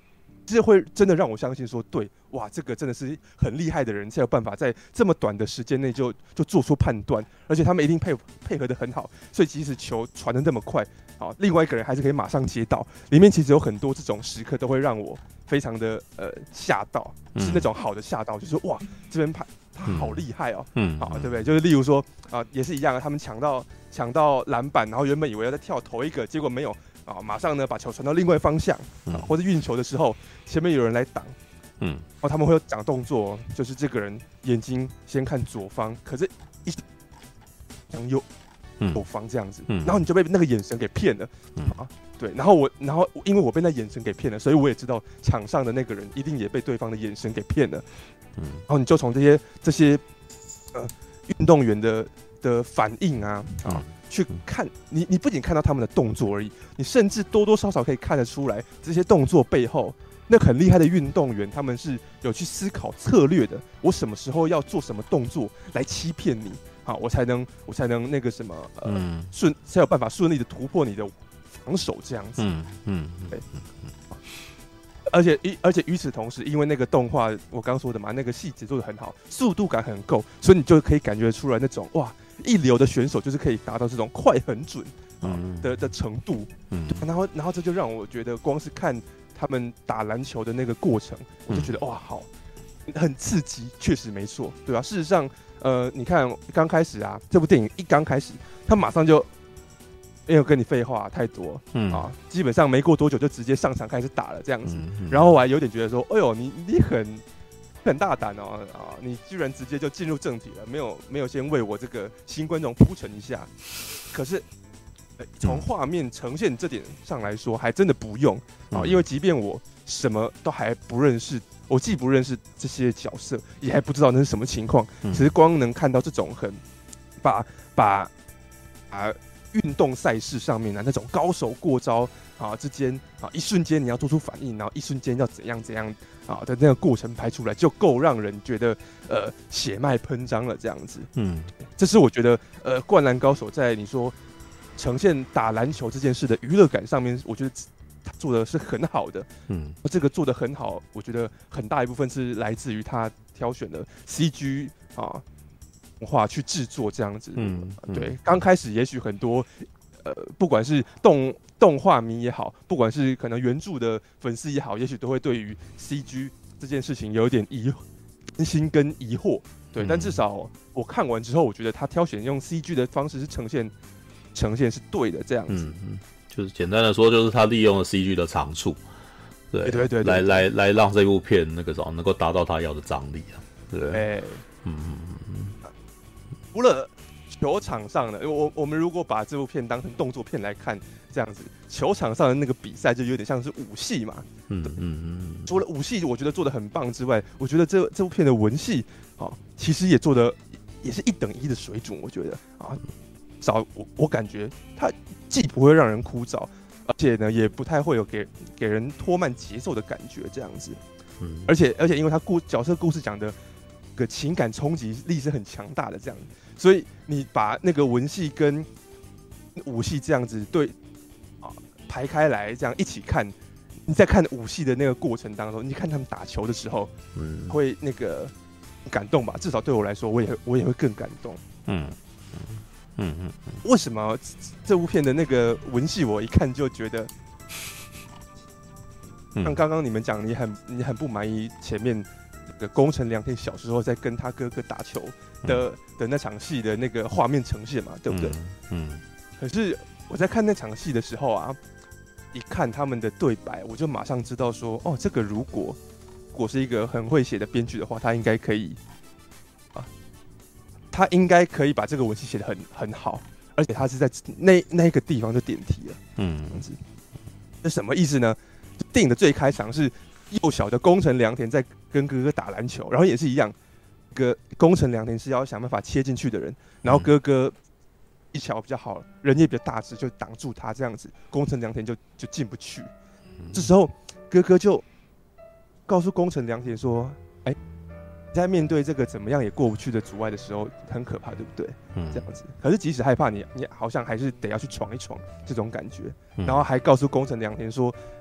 这会真的让我相信说，对，哇，这个真的是很厉害的人才有办法在这么短的时间内就就做出判断，而且他们一定配配合得很好，所以即使球传得那么快，好，另外一个人还是可以马上接到。里面其实有很多这种时刻都会让我非常的呃吓到，是那种好的吓到，就是哇，这边拍他好厉害哦，嗯，好，对不对？就是例如说啊、呃，也是一样，他们抢到抢到篮板，然后原本以为要再跳投一个，结果没有。啊，马上呢把球传到另外方向，啊，或者运球的时候，前面有人来挡，嗯，然后他们会有讲动作，就是这个人眼睛先看左方，可是一向右右方这样子，嗯，然后你就被那个眼神给骗了，嗯、啊，对，然后我，然后因为我被那眼神给骗了，所以我也知道场上的那个人一定也被对方的眼神给骗了，嗯，然后你就从这些这些呃运动员的的反应啊，啊。去看你，你不仅看到他们的动作而已，你甚至多多少少可以看得出来，这些动作背后，那很厉害的运动员，他们是有去思考策略的。我什么时候要做什么动作来欺骗你，好，我才能，我才能那个什么，呃，顺、嗯、才有办法顺利的突破你的防守这样子。嗯嗯，对。而且而且与此同时，因为那个动画我刚说的嘛，那个细节做得很好，速度感很够，所以你就可以感觉出来那种哇。一流的选手就是可以达到这种快很准啊的的程度，嗯，然后然后这就让我觉得光是看他们打篮球的那个过程，我就觉得哇，好，很刺激，确实没错，对吧？事实上，呃，你看刚开始啊，这部电影一刚开始，他马上就没有跟你废话太多，嗯啊，基本上没过多久就直接上场开始打了这样子，然后我还有点觉得说，哎呦，你你很。很大胆哦啊！你居然直接就进入正题了，没有没有先为我这个新观众铺陈一下。可是从画面呈现这点上来说，还真的不用啊，因为即便我什么都还不认识，我既不认识这些角色，也还不知道那是什么情况，只是光能看到这种很把把啊运动赛事上面的那种高手过招啊之间啊，一瞬间你要做出反应，然后一瞬间要怎样怎样。啊的那个过程拍出来，就够让人觉得呃血脉喷张了这样子。嗯，这是我觉得呃《灌篮高手》在你说呈现打篮球这件事的娱乐感上面，我觉得他做的是很好的。嗯，这个做的很好，我觉得很大一部分是来自于他挑选的 C G 啊动画去制作这样子。嗯，对，刚开始也许很多呃不管是动动画迷也好，不管是可能原著的粉丝也好，也许都会对于 C G 这件事情有点疑担心跟疑惑，对、嗯。但至少我看完之后，我觉得他挑选用 C G 的方式是呈现呈现是对的，这样子。嗯嗯，就是简单的说，就是他利用了 C G 的长处，对对 对, 对，来来来让这部片那个什么能够达到他要的张力啊，对不对？哎、欸，嗯嗯嗯。除了球场上的，我我们如果把这部片当成动作片来看，这样子，球场上的那个比赛就有点像是武戏嘛。嗯嗯嗯。除了武戏，我觉得做得很棒之外，我觉得这这部片的文戏啊，其实也做得也是一等一的水准。我觉得啊，少我我感觉它既不会让人枯燥，而且呢也不太会有给给人拖慢节奏的感觉，这样子。嗯。而且而且因为它故角色故事讲的个情感冲击力是很强大的，这样子。所以你把那个文戏跟武戏这样子对啊排开来，这样一起看，你在看武戏的那个过程当中，你看他们打球的时候，嗯，会那个感动吧？至少对我来说，我也我也会更感动。嗯嗯嗯嗯。为什么这部片的那个文戏我一看就觉得，像刚刚你们讲，你很你很不满意前面那个宫城良田小时候在跟他哥哥打球的。嗯的那场戏的那个画面呈现嘛，对不对？嗯。嗯可是我在看那场戏的时候啊，一看他们的对白，我就马上知道说，哦，这个如果如果是一个很会写的编剧的话，他应该可以啊，他应该可以把这个文戏写得很很好，而且他是在那那个地方就点题了。嗯。这样子，这什么意思呢？电影的最开场是幼小的宫城良田在跟哥哥打篮球，然后也是一样。个宫城良田是要想办法切进去的人，然后哥哥技巧比较好，人也比较大只，就挡住他这样子，宫城良田就就进不去。这时候哥哥就告诉宫城良田说：“哎、欸，在面对这个怎么样也过不去的阻碍的时候，很可怕，对不对？嗯，这样子。可是即使害怕你，你好像还是得要去闯一闯这种感觉。然后还告诉宫城良田说，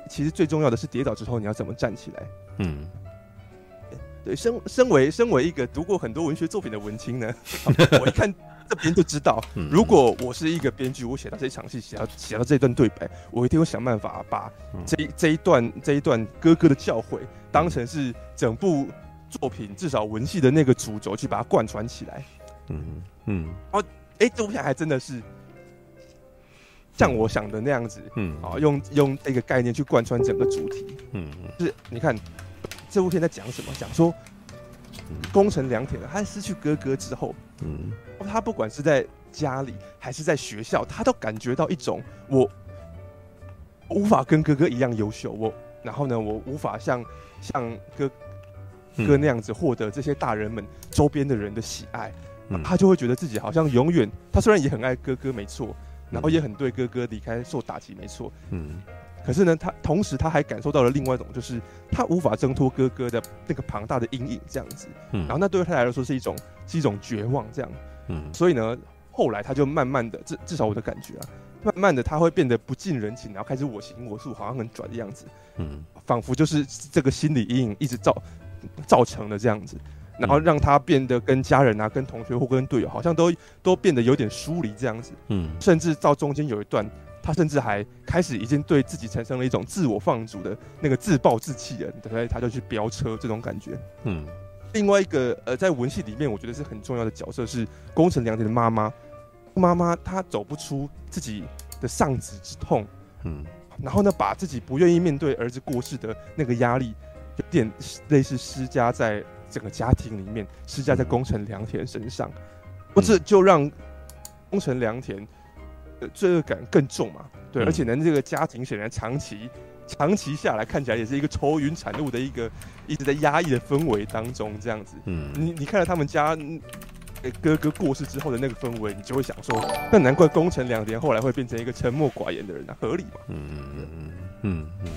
其实最重要的是跌倒之后你要怎么站起来。 嗯， 对，身身为身为一个读过很多文学作品的文青呢，我一看这边就知道，如果我是一个编剧，我写到这一场戏，写到写到这段对白，我一定会想办法把这一这一段这一段哥哥的教诲当成是整部作品至少文戏的那个主轴，去把它贯穿起来。 嗯嗯， 然后哎，这部片还真的是像我想的那样子，嗯，啊，用用这个概念去贯穿整个主题，嗯，就是你看这部片在讲什么？讲说宫城良田他失去哥哥之后，嗯，他不管是在家里还是在学校，他都感觉到一种我无法跟哥哥一样优秀，我然后呢，我无法像像哥哥那样子获得这些大人们周边的人的喜爱。嗯、他就会觉得自己好像永远，他虽然也很爱哥哥，没错，然后也很对哥哥离开受打击，没错，嗯，可是呢，他同时他还感受到了另外一种，就是他无法挣脱哥哥的那个庞大的阴影，这样子，嗯，然后那对他来说是一种是一种绝望，这样，嗯，所以呢，后来他就慢慢的，至至少我的感觉啊，慢慢的他会变得不近人情，然后开始我行我素，好像很拽的样子，嗯，仿佛就是这个心理阴影一直造造成的这样子。然后让他变得跟家人啊、跟同学或跟队友，好像都都变得有点疏离这样子。嗯，甚至到中间有一段，他甚至还开始已经对自己产生了一种自我放逐的那个自暴自弃了，对，他就去飙车这种感觉。嗯，另外一个呃，在文戏里面，我觉得是很重要的角色是宫城良田的妈妈。妈妈她走不出自己的丧子之痛，嗯，然后呢，把自己不愿意面对儿子过世的那个压力，有点类似施加在整个家庭里面，施加在宫城良田身上，或者就让宫城良田的罪恶感更重嘛？对，嗯、而且呢，这个家庭显然长期长期下来看起来也是一个愁云惨雾的一个一直在压抑的氛围当中，这样子。嗯，你你看到他们家哥哥过世之后的那个氛围，你就会想说，那难怪宫城良田后来会变成一个沉默寡言的人啊，合理嘛？嗯嗯嗯嗯嗯嗯。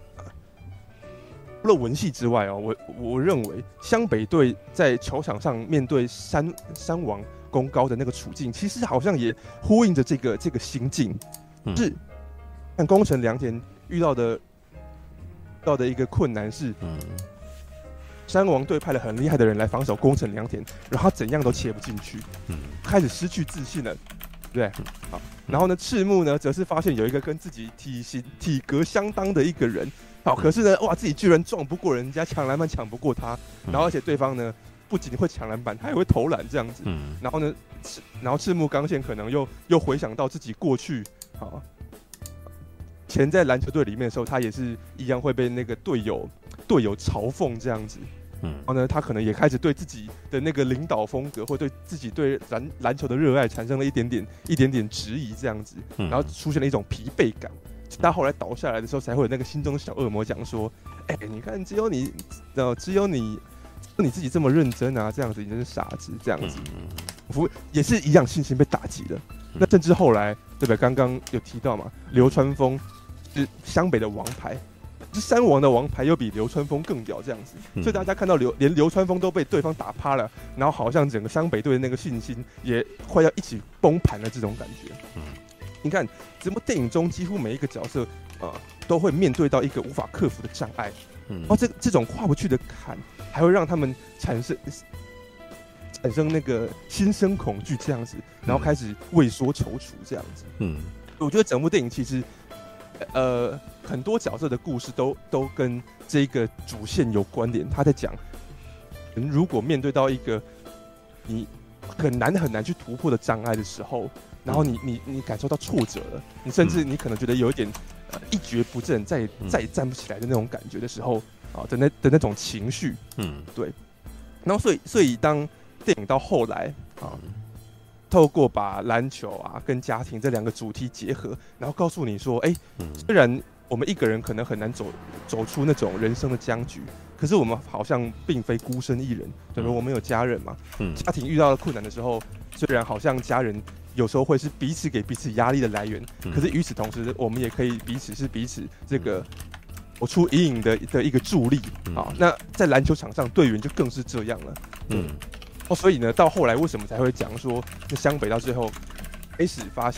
除了文戏之外哦，我我认为湘北队在球场上面对山山王功高的那个处境，其实好像也呼应着这个这个心境，嗯、是看宫城良田遇到的遇到的一个困难是，嗯、山王队派了很厉害的人来防守宫城良田，然后他怎样都切不进去，嗯、开始失去自信了，对不对？好，然后呢，赤木呢，则是发现有一个跟自己体型体格相当的一个人。好，可是呢，哇，自己居然撞不过人家，抢篮板抢不过他，然后而且对方呢，不仅会抢篮板，他也会投篮这样子。嗯，然后呢，然后赤木刚宪可能又又回想到自己过去，好，前在篮球队里面的时候，他也是一样会被那个队友队友嘲讽这样子。嗯，然后呢，他可能也开始对自己的那个领导风格，或对自己对篮篮球的热爱产生了一点点一点点质疑这样子，然后出现了一种疲惫感。他后来倒下来的时候，才会有那个心中的小恶魔讲说：“哎、欸，你看，只有你，呃，只有你，你自己这么认真啊，这样子你真是傻子，这样子。”服也是一样，信心被打击了。那甚至后来，对不对？刚刚有提到嘛，流川枫是湘北的王牌，是山王的王牌，又比流川枫更屌，这样子。所以大家看到流连流川枫都被对方打趴了，然后好像整个湘北队的那个信心也快要一起崩盘了，这种感觉。你看，这部电影中几乎每一个角色，呃，都会面对到一个无法克服的障碍，嗯，然后这这种跨不去的坎，还会让他们产生产生那个心生恐惧这样子，然后开始畏缩踌躇这样子。嗯，我觉得整部电影其实，呃，很多角色的故事都都跟这个主线有关联。他在讲，人如果面对到一个你很难很难去突破的障碍的时候。然后你你你感受到挫折了，你甚至你可能觉得有一点、呃、一蹶不振，再再也站不起来的那种感觉的时候啊的那的那种情绪，嗯，对。然后所以所以当电影到后来啊，透过把篮球啊跟家庭这两个主题结合，然后告诉你说，哎，虽然我们一个人可能很难走走出那种人生的僵局，可是我们好像并非孤身一人，对吧？我们有家人嘛，嗯，家庭遇到了困难的时候，虽然好像家人。有时候会是彼此给彼此压力的来源，可是与此同时，我们也可以彼此是彼此这个走出阴影的的一个助力啊。那在篮球场上，队员就更是这样了。嗯，哦，所以呢，到后来为什么才会讲说，那湘北到最后开始发现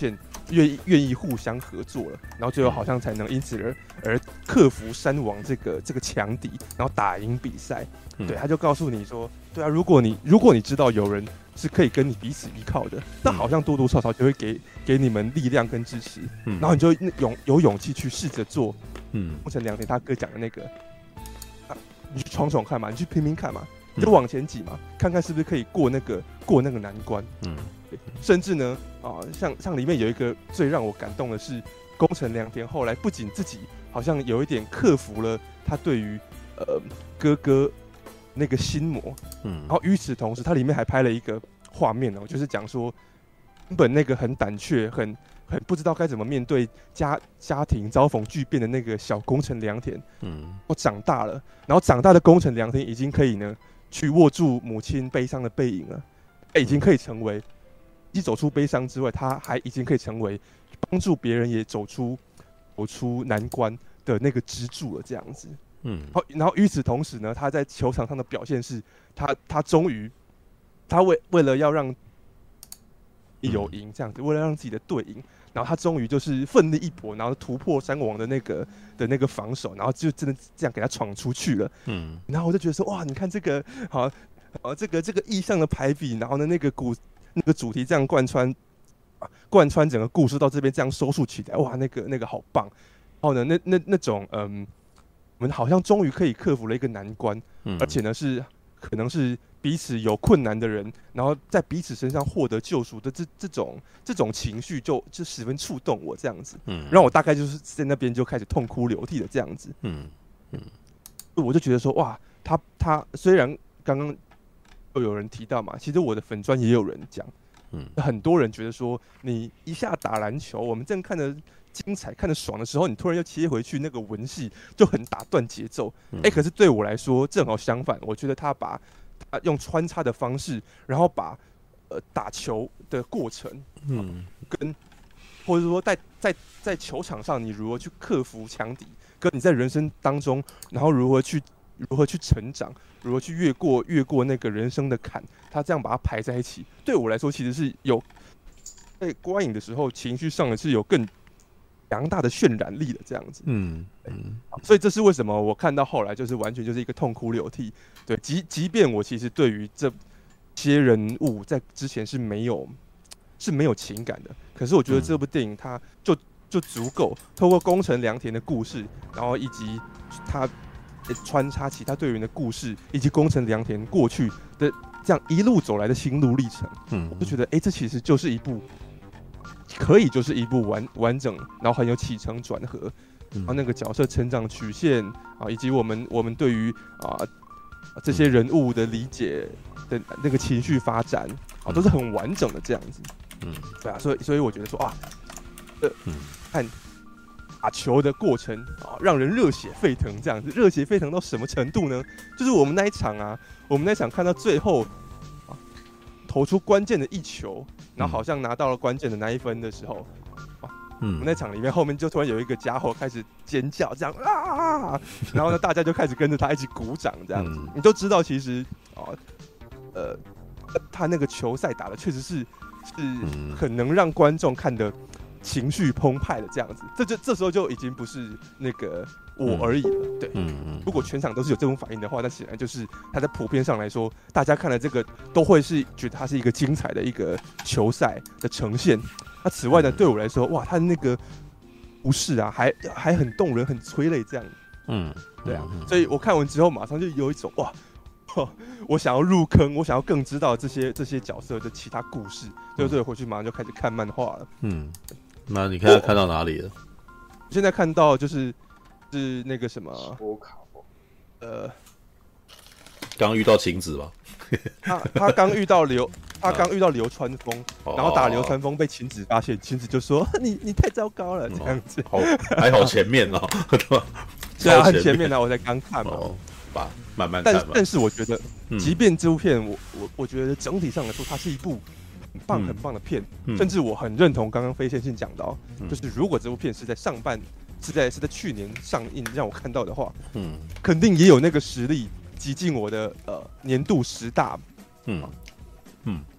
愿意愿意互相合作了，然后最后好像才能因此而而克服山王这个这个强敌，然后打赢比赛。嗯、对，他就告诉你说，对啊，如果你如果你知道有人是可以跟你彼此依靠的，那好像多多少少就会给给你们力量跟支持，嗯、然后你就勇有勇气去试着做。嗯，宫城良田他哥讲的那个，啊，你去闯闯看嘛，你去拼拼看嘛，你就往前挤嘛，看看是不是可以过那个过那个难关。嗯，甚至呢，啊，像像里面有一个最让我感动的是，宫城良田后来不仅自己好像有一点克服了他对于呃哥哥那个心魔，嗯，然后与此同时，他里面还拍了一个画面哦，就是讲说，原本那个很胆怯、很很不知道该怎么面对家家庭遭逢巨变的那个小宫城良田，嗯，我长大了，然后长大的宫城良田已经可以呢去握住母亲悲伤的背影了，已经可以成为，既走出悲伤之外，他还已经可以成为帮助别人也走出走出难关的那个支柱了，这样子。嗯，然后与此同时呢，他在球场上的表现是，他他终于，他为为了要让有赢这样子，为了让自己的队赢，然后他终于就是奋力一搏，然后突破山王的那个的那个防守，然后就真的这样给他闯出去了。嗯，然后我就觉得说，哇，你看这个好，好这个这个意象的排比，然后呢那个古那个主题这样贯穿，贯穿整个故事到这边这样收束起来，哇，那个那个好棒。然后呢，那那那种嗯。我们好像终于可以克服了一个难关，嗯、而且呢是可能是彼此有困难的人，然后在彼此身上获得救赎的这这种这种情绪就就十分触动我这样子，嗯，让我大概就是在那边就开始痛哭流涕的这样子，嗯嗯，我就觉得说哇，他他虽然刚刚又有人提到嘛，其实我的粉专也有人讲，嗯，很多人觉得说你一下打篮球，我们正看着精彩看得爽的时候，你突然又切回去那个文戏就很打断节奏。哎、嗯欸，可是对我来说正好相反，我觉得他把他用穿插的方式，然后把呃打球的过程，嗯，跟或者说在在在球场上你如何去克服强敌，跟你在人生当中，然后如何去如何去成长，如何去越过越过那个人生的坎，他这样把它排在一起，对我来说其实是有在观影的时候情绪上的是有更强大的渲染力的这样子，嗯嗯，所以这是为什么我看到后来就是完全就是一个痛哭流涕。对，即即便我其实对于这些人物在之前是没有是没有情感的，可是我觉得这部电影它就就足够透过宫城良田的故事，然后以及他穿插其他队员的故事，以及宫城良田过去的这样一路走来的心路历程，嗯，我就觉得，哎、欸，这其实就是一部。可以就是一部完完整，然后很有起承转合，然后那个角色成长曲线啊，以及我们我们对于啊这些人物的理解的那个情绪发展啊，都是很完整的这样子。嗯，对啊，所以所以我觉得说啊，呃，看打球的过程啊，让人热血沸腾这样子，热血沸腾到什么程度呢？就是我们那一场啊，我们那一场看到最后啊，投出关键的一球。然后好像拿到了关键的那一分的时候，啊、嗯，我们那场里面后面就突然有一个家伙开始尖叫，这样啊，然后呢，大家就开始跟着他一起鼓掌，这样子，嗯、你都知道其实哦，呃，他那个球赛打的确实是是很能让观众看得情绪澎湃的这样子，这就这时候就已经不是那个我而已了，嗯、对，嗯嗯，如果全场都是有这种反应的话，那显然就是他在普遍上来说，大家看了这个都会是觉得它是一个精彩的一个球赛的呈现。那此外呢，对我来说，哇，他那个不是啊，还还很动人，很催泪这样，嗯，对啊，所以我看完之后，马上就有一种哇。我想要入坑，我想要更知道这些这些角色的其他故事，所以所以回去马上就开始看漫画了。嗯， 那你看他看到哪里了？ 现在看到就是是那个什么，呃， 刚遇到晴子吧？ 他他刚遇到流，他刚遇到流川枫，然后打流川枫被晴子发现，晴子就说你你太糟糕了，这样子。 好，还好前面哦， 对啊，很前面呢，我才刚看嘛。 哦吧，慢慢看吧。 但但是我觉得，即便这部片，我我我觉得整体上来说，它是一部很棒很棒的片，嗯、甚至我很认同刚刚飞先生讲到，嗯、就是如果这部片是在上半是在是在去年上映让我看到的话，嗯，肯定也有那个实力挤进我的呃年度十大，嗯嗯，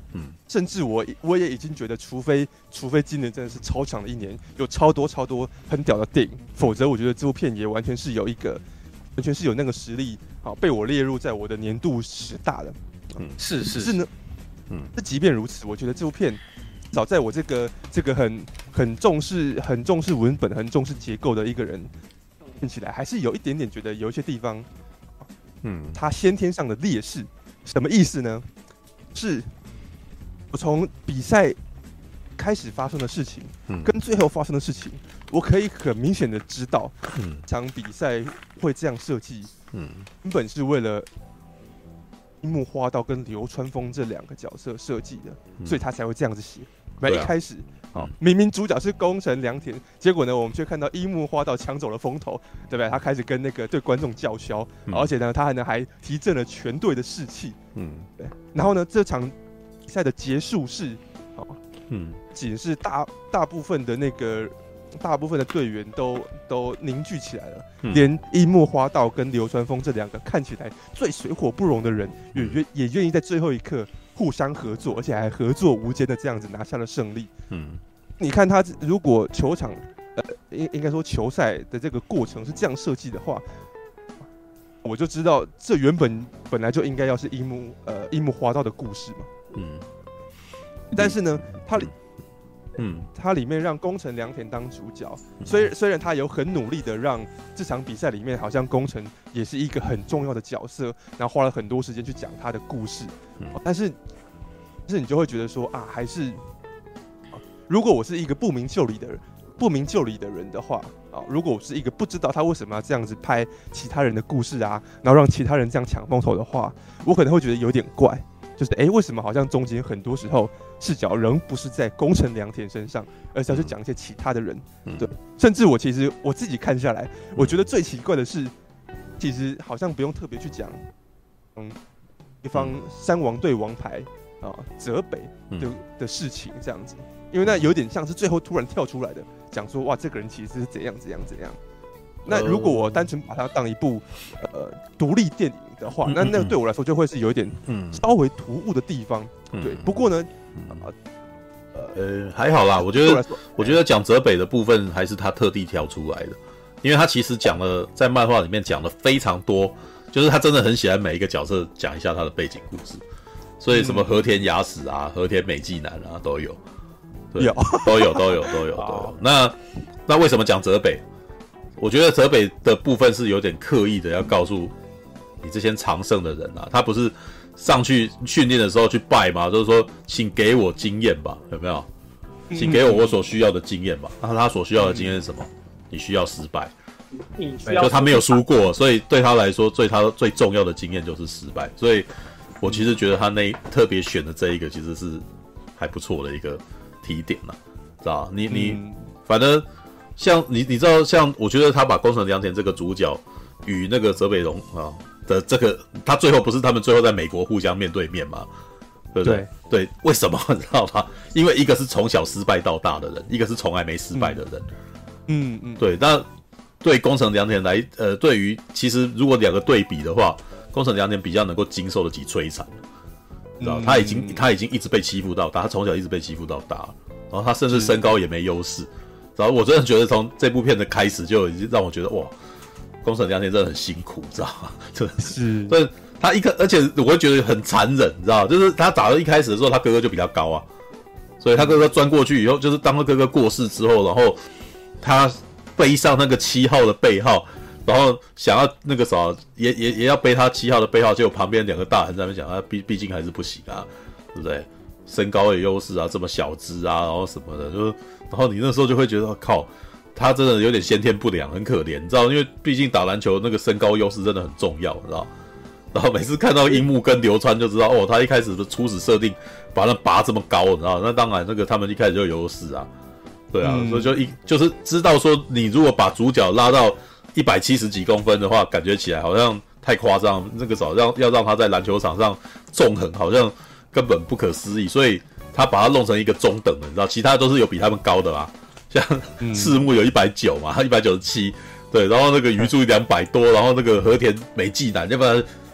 嗯，甚至我我也已经觉得，除非除非今年真的是超强的一年，有超多超多很屌的电影，否则我觉得这部片也完全是有一个，完全是有那个实力，好被我列入在我的年度十大的。 嗯，是是是呢，嗯，这即便如此，我觉得这部片早在我这个这个很很重视很重视文本、很重视结构的一个人看起来，还是有一点点觉得有一些地方，嗯，他先天上的劣势，什么意思呢？是我从比赛开始发生的事情，嗯，跟最后发生的事情，我可以很明显的知道，嗯，这场比赛会这样设计，嗯，根本是为了樱木花道跟流川枫这两个角色设计的，嗯，所以他才会这样子写。那、啊、一开始，好、嗯，明明主角是宫城良田，结果呢，我们却看到樱木花道抢走了风头，对不对？他开始跟那个对观众叫嚣，嗯、而且呢，他还能还提振了全队的士气，嗯，对。然后呢，这场比赛的结束是，好，嗯，仅是大大部分的那个大部分的队员都都凝聚起来了，嗯、连樱木花道跟流川枫这两个看起来最水火不容的人，也愿也愿意在最后一刻互相合作，而且还合作无间的这样子拿下了胜利。嗯，你看他如果球场，呃，应应该说球赛的这个过程是这样设计的话，我就知道这原本本来就应该要是樱木呃樱木花道的故事嘛。嗯，但是呢，他嗯，他里面让宫城良田当主角，虽虽然他有很努力的让这场比赛里面好像宫城也是一个很重要的角色，然后花了很多时间去讲他的故事，嗯、但是，但是你就会觉得说啊，还是，如果我是一个不明就里的人，不明就里的人的话啊，如果我是一个不知道他为什么要这样子拍其他人的故事啊，然后让其他人这样抢风头的话，我可能会觉得有点怪。就是哎，为什么好像中间很多时候视角仍不是在宫城良田身上，而是要去讲一些其他的人？嗯、对，甚至我其实我自己看下来，我觉得最奇怪的是，其实好像不用特别去讲，嗯，一方山王对王牌啊泽北的、嗯、的事情这样子，因为那有点像是最后突然跳出来的，讲说哇，这个人其实是怎样怎样怎样。那如果我单纯把它当一部呃独立电影的话，那那对我来说就会是有一点稍微突兀的地方。嗯、对，不过呢，呃呃还好啦，我觉得我觉得讲泽北的部分还是他特地挑出来的，因为他其实讲了在漫画里面讲了非常多，就是他真的很喜欢每一个角色讲一下他的背景故事，所以什么和田雅史啊、和田美纪男啊都有，对， 有都有都有都有都有。那那为什么讲泽北？我觉得泽北的部分是有点刻意的，要告诉你这些常胜的人啊，他不是上去训练的时候去拜嘛，就是说，请给我经验吧，有没有？请给我我所需要的经验吧。那他所需要的经验是什么？你需要失败，就他没有输过，所以对他来说，对他最重要的经验就是失败。所以我其实觉得他那特别选的这一个，其实是还不错的一个提点啦，知道你你、嗯、反正。像你你知道，像我觉得他把宫城良田这个主角与那个泽北荣啊的这个，他最后不是他们最后在美国互相面对面吗？对不对？对，对，为什么你知道吗？因为一个是从小失败到大的人，一个是从来没失败的人。嗯嗯，对。那对宫城良田来，呃，对于其实如果两个对比的话，宫城良田比较能够经受得起摧残，你知道，他已经他已经一直被欺负到大，他从小一直被欺负到大，然后他甚至身高也没优势。然后我真的觉得从这部片的开始就已经让我觉得哇，宫城良田真的很辛苦，知道吗？真的是，所以他一开，而且我会觉得很残忍，你知道，就是他打到一开始的时候，他哥哥就比较高啊，所以他哥哥钻过去以后，就是当他哥哥过世之后，然后他背上那个七号的背号，然后想要那个啥，也也也要背他七号的背号，结果旁边两个大人在那边讲，他毕毕竟还是不行啊，对不对？身高有优势啊，这么小只啊，然后什么的，就是。然后你那时候就会觉得靠，他真的有点先天不良，很可怜，你知道，因为毕竟打篮球那个身高优势真的很重要，你知道。然后每次看到樱木跟流川就知道，哦，他一开始的初始设定把他拔这么高，你知道，那当然那个他们一开始就有优势啊，对啊，嗯、所以就一就是知道说，你如果把主角拉到一百七十几公分的话，感觉起来好像太夸张，那个早让要让他在篮球场上纵横，好像根本不可思议，所以。他把它弄成一个中等的，你知道，其他都是有比他们高的啦，像赤木有一百九嘛，他一百九十七，对，然后那个鱼柱两百多，然后那个和田美纪男，要不然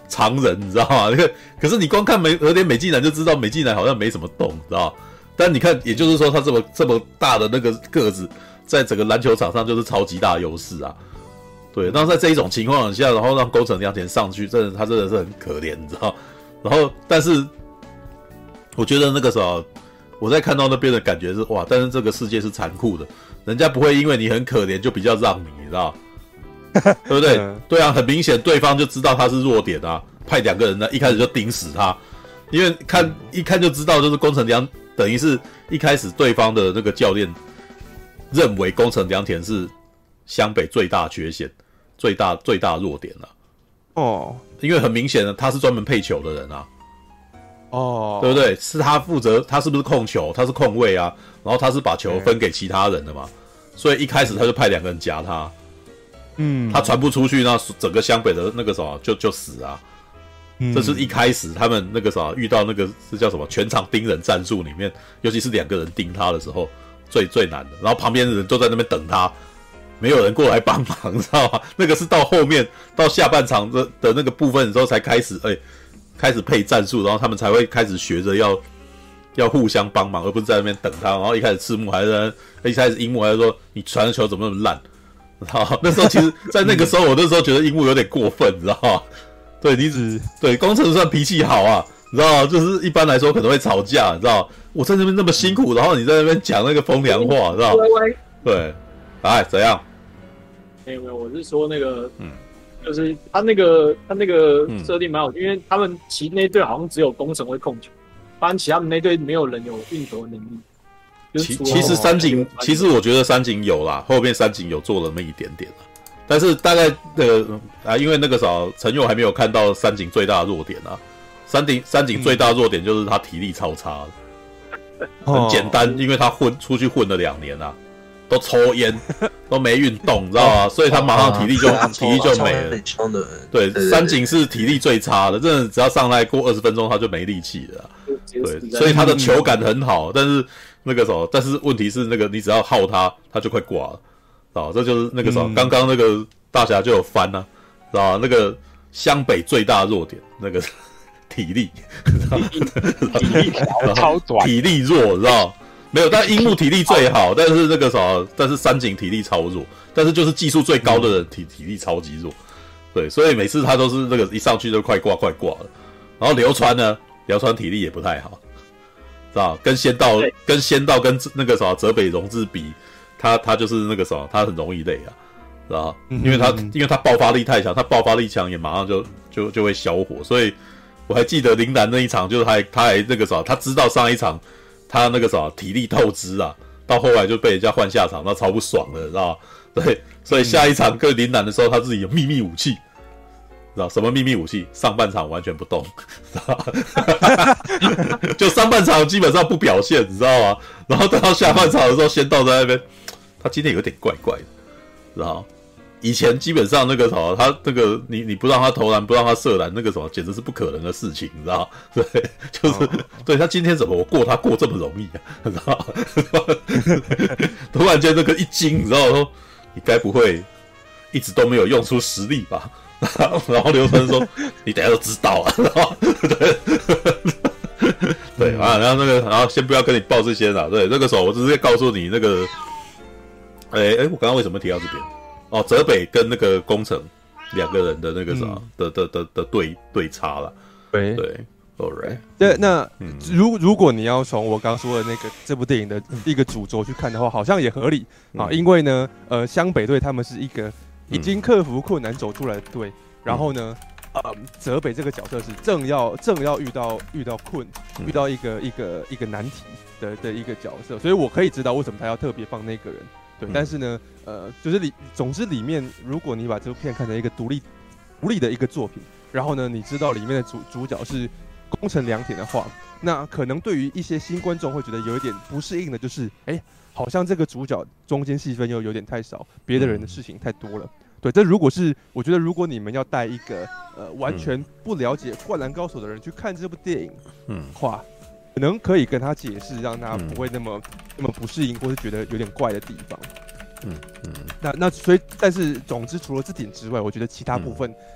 常人，你知道吗？那个可是你光看美和田美纪男就知道美纪男好像没什么动，知道吗？但你看，也就是说他这么这么大的那个个子，在整个篮球场上就是超级大优势啊。对，那在这一种情况下，然后让宫城良田上去，真的他真的是很可怜，你知道？然后，但是我觉得那个时候我在看到那边的感觉是哇，但是这个世界是残酷的，人家不会因为你很可怜就比较让你，你知道？对不对？对啊，很明显对方就知道他是弱点啊，派两个人呢一开始就盯死他，因为看一看就知道，就是宫城良等于是一开始对方的那个教练认为宫城良田是湘北最大缺陷。最大最大弱点了、啊、哦，因为很明显的他是专门配球的人啊，哦，对不对？是他负责，他是不是控球？他是控卫啊，然后他是把球分给其他人的嘛，所以一开始他就派两个人夹他，嗯，他传不出去，那整个湘北的那个什么就就死啊，嗯、这是一开始他们那个啥遇到那个是叫什么全场盯人战术里面，尤其是两个人盯他的时候最最难的，然后旁边的人都在那边等他。没有人过来帮忙，知道吗？那个是到后面到下半场的的那个部分的时候才开始，哎、欸，开始配战术，然后他们才会开始学着要要互相帮忙，而不是在那边等他。然后一开始赤木还在，一开始樱木还在说你传的球怎么那么烂，知道吗？那时候其实，在那个时候，我那时候觉得樱木有点过分，你知道吗？对，你只对宫城算脾气好啊，你知道吗？就是一般来说可能会吵架，你知道吗？我在那边那么辛苦，然后你在那边讲那个风凉话，知道吗？对。哎，怎样？ 没有没有，我是说那个，嗯，就是他那个他那个设定蛮好，嗯、因为他们其那队好像只有宫城会控球，不然其他们那队没有人有运球的能力。 其其实三井，其实我觉得三井有啦，后面三井有做了那么一点点啦，但是大概呃啊，因为那个时候陈佑还没有看到三井最大的弱点啊，三井三井最大的弱点就是他体力超差的，嗯、很简单，哦、因为他混出去混了两年啊。都抽烟，都没运动，你知道吗？所以他马上体力就、哦、体力就没了。对，三井是体力最差的，真的只要上来过二十分钟他就没力气了。对，所以他的球感很好，但是那个时候，但是问题是那个你只要耗他，他就快挂了，知道？这就是那个时候，刚刚、嗯、那个大侠就有翻啊，知道？那个湘北最大弱点，那个体力， 体力超短， 体力弱，知道？没有，但樱木体力最好，但是那个啥，但是三井体力超弱，但是就是技术最高的人体体力超级弱，对，所以每次他都是那个一上去就快挂快挂了。然后流川呢，流川体力也不太好，知道？跟仙道跟仙道跟那个啥泽北荣治比，他他就是那个啥，他很容易累啊，知道？因为他因为他爆发力太强，他爆发力强也马上就就就会消火，所以我还记得陵南那一场，就是他还他还那个啥，他知道上一场。他那个啥体力透支啊，到后来就被人家换下场，那超不爽的，知道吗？对，所以下一场跟陵南的时候，他自己有秘密武器，知道什么秘密武器？上半场完全不动，知道吗？就上半场基本上不表现，你知道吗？然后等到下半场的时候，仙道在那边，他今天有点怪怪的，知道吗？以前基本上那个什么，他那个你你不让他投篮，不让他射篮，那个什么简直是不可能的事情，你知道？对，就是、哦、对他今天怎么我过他过这么容易啊？你知道？突然间那个一惊，你知道说你该不会一直都没有用出实力吧？然后刘春说你等一下就知道了，然后对对啊，然后那个然后先不要跟你报这些啦，对，那个时候我只是告诉你那个，哎、欸、哎、欸，我刚刚为什么提到这边？哦，泽北跟那个宫城两个人的那个啥、嗯、的的的的对对差了，对对 ，alright。 对，那、嗯、如如果你要从我刚说的那个这部电影的一个主轴去看的话，好像也合理啊、嗯，因为呢，呃，湘北队他们是一个已经克服困难走出来的队、嗯，然后呢，呃，泽北这个角色是正要正要遇到遇到困，遇到一个一个一个难题的的一个角色，所以我可以知道为什么他要特别放那个人。对，但是呢，呃，就是里，总之里面，如果你把这部片看成一个独立、独立的一个作品，然后呢，你知道里面的主主角是宫城良田的话，那可能对于一些新观众会觉得有一点不适应的，就是，哎，好像这个主角中间戏份又有点太少，别的人的事情太多了。对，这如果是我觉得，如果你们要带一个呃完全不了解《灌篮高手》的人去看这部电影，嗯，话。可能可以跟他解释，让他不会那么、嗯、那么不适应，或是觉得有点怪的地方。嗯嗯。那那所以，但是总之，除了这点之外，我觉得其他部分，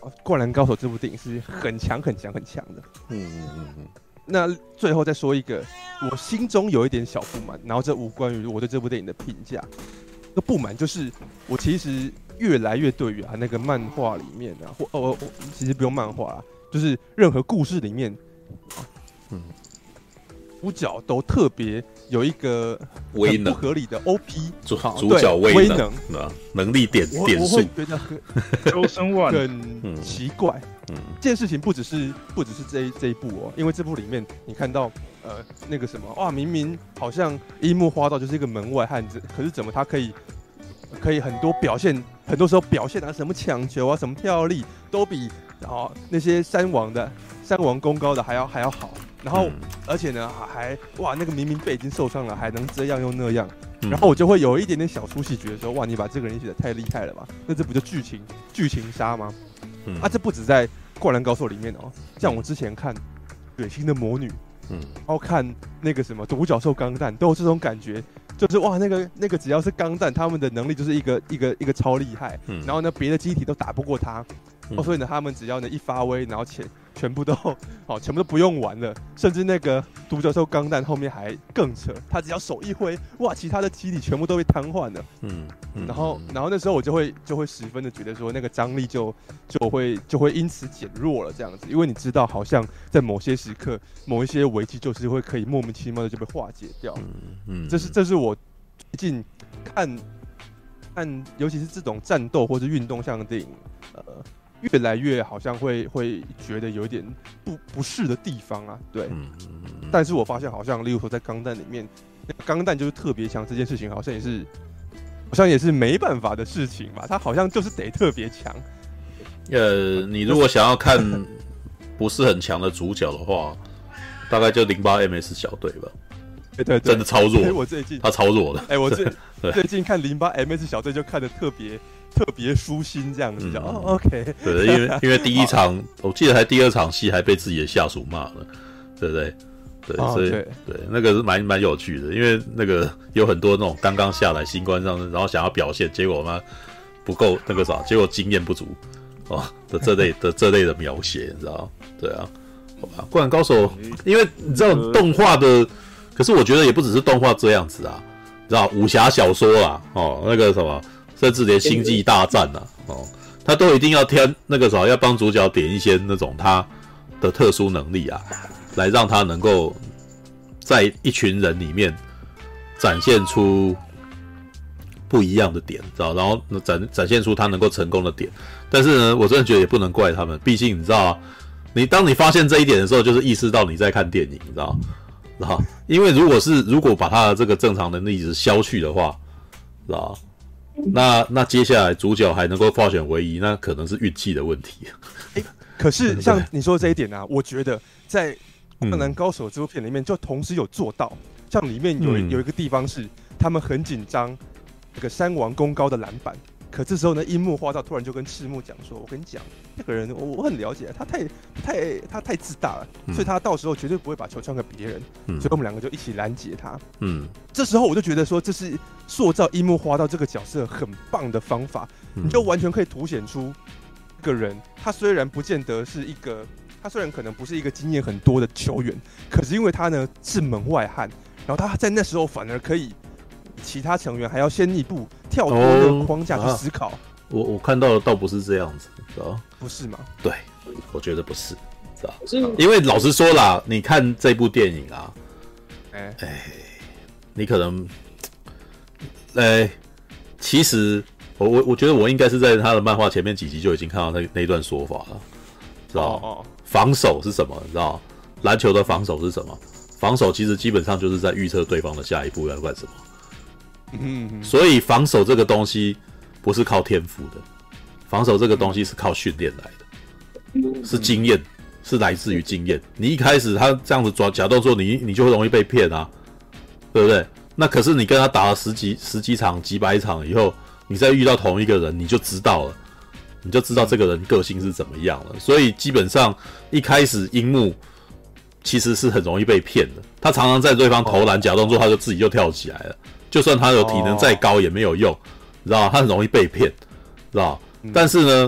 《灌篮高手》这部电影是很强、很强、很强的。 嗯嗯嗯嗯。 那最后再说一个，我心中有一点小不满，然后这无关于我对这部电影的评价。这个不满就是我其实越来越对于啊那个漫画里面啊，或哦哦，其实不用漫画啦，就是任何故事里面，嗯，主角都特别有一个威能不合理的 O P， 主主角威能能能力点点数， 我会觉得很很奇怪。嗯，这件事情不只是不只是这一这一部哦，因为这部里面你看到呃那个什么哇，明明好像樱木花道就是一个门外汉子，可是怎么他可以可以很多表现，很多时候表现啊什么抢球啊什么跳力都比啊那些山王的山王功高的还要还要好，然后、嗯、而且呢还哇那个明明背已经受伤了，还能这样又那样。嗯、然后我就会有一点点小出戏，觉得说哇，你把这个人写得太厉害了吧？那这不就剧情剧情杀吗？嗯、啊，这不止在《灌篮高手》里面哦，像我之前看《血腥的魔女》，嗯，然后看那个什么《独角兽钢弹》，都有这种感觉，就是哇，那个那个只要是钢弹，他们的能力就是一个一个一个超厉害，嗯、然后呢，别的机体都打不过他，嗯、哦，所以呢，他们只要呢一发威，然后全全部都哦，全部都不用玩了，甚至那个独角兽钢弹后面还更扯，他只要手一挥，哇，其他的机体全部都被瘫痪了，嗯，嗯然后然后那时候我就会就会十分的觉得说，那个张力就就会就会因此减弱了这样子，因为你知道，好像在某些时刻，某一些危机就是会可以莫名其妙的就被化解掉，嗯嗯，这是这是我最近看看，尤其是这种战斗或者运动项的电影，呃。越来越好像会会觉得有一点不不适的地方啊，对，嗯嗯嗯、但是我发现好像，例如说在钢弹里面，那个钢弹就是特别强，这件事情好像也是，好像也是没办法的事情吧，它好像就是得特别强。 呃，你如果想要看不是很强的主角的话，大概就零八 M S 小队吧。 对对对， 真的超弱。 欸、我最近他超弱的。 哎、欸，我最最近看零八 M S 小队就看得特别特别舒心，这样子。嗯、哦 ，OK。 对，因为因为第一场，我记得还第二场戏还被自己的下属骂了，对不对？对，哦、所以 对, 对那个是蛮蛮有趣的，因为那个有很多那种刚刚下来新官上任，然后想要表现，结果嘛不够那个啥，结果经验不足哦的这类的这类的描写，你知道？对啊，好吧，灌篮高手，因为你知道动画的。可是我觉得也不只是动画这样子啊，你知道武侠小说啊，哦，那个什么，甚至连星际大战啊，哦，他都一定要添那个什么，要帮主角点一些那种他的特殊能力啊，来让他能够在一群人里面展现出不一样的点，知道？然后展展现出他能够成功的点。但是呢，我真的觉得也不能怪他们，毕竟你知道，你当你发现这一点的时候，就是意识到你在看电影，你知道？知道，因为如果是如果把他的这个正常能力值消去的话，知道，那那接下来主角还能够化险为夷，那可能是运气的问题。 欸、可是像你说的这一点啊，我觉得在《灌篮高手》这部片里面，就同时有做到，像里面有、嗯、有一个地方是他们很紧张，这个山王功高的篮板。可这时候呢，樱木花道突然就跟赤木讲说：“我跟你讲，这个人我我很了解，他太太他太自大了，嗯、所以他到时候绝对不会把球传给别人。嗯、所以我们两个就一起拦截他。嗯，这时候我就觉得说，这是塑造樱木花道这个角色很棒的方法，嗯、你就完全可以凸显出这个人，他虽然不见得是一个，他虽然可能不是一个经验很多的球员，可是因为他呢是门外汉，然后他在那时候反而可以。”其他成员还要先一步跳脱这个框架去思考。哦啊、 我我看到的倒不是这样子，知道？ 不是吗？ 对，我觉得不是，知道？因为老实说啦，你看这部电影啊，哎、欸欸，你可能，哎、欸，其实我我我觉得我应该是在他的漫画前面几集就已经看到那那一段说法了，知道？哦哦防守是什么？你知道？篮球的防守是什么？防守其实基本上就是在预测对方的下一步要干什么。嗯，所以防守这个东西不是靠天赋的，防守这个东西是靠训练来的，是经验，是来自于经验。你一开始他这样子抓假动作，你你就会容易被骗啊，对不对？那可是你跟他打了十几十几场、几百场以后，你再遇到同一个人，你就知道了，你就知道这个人个性是怎么样了。所以基本上一开始樱木其实是很容易被骗的，他常常在对方投篮假动作，他就自己就跳起来了。就算他有体能再高也没有用，你知道他很容易被骗，知道、嗯、但是呢，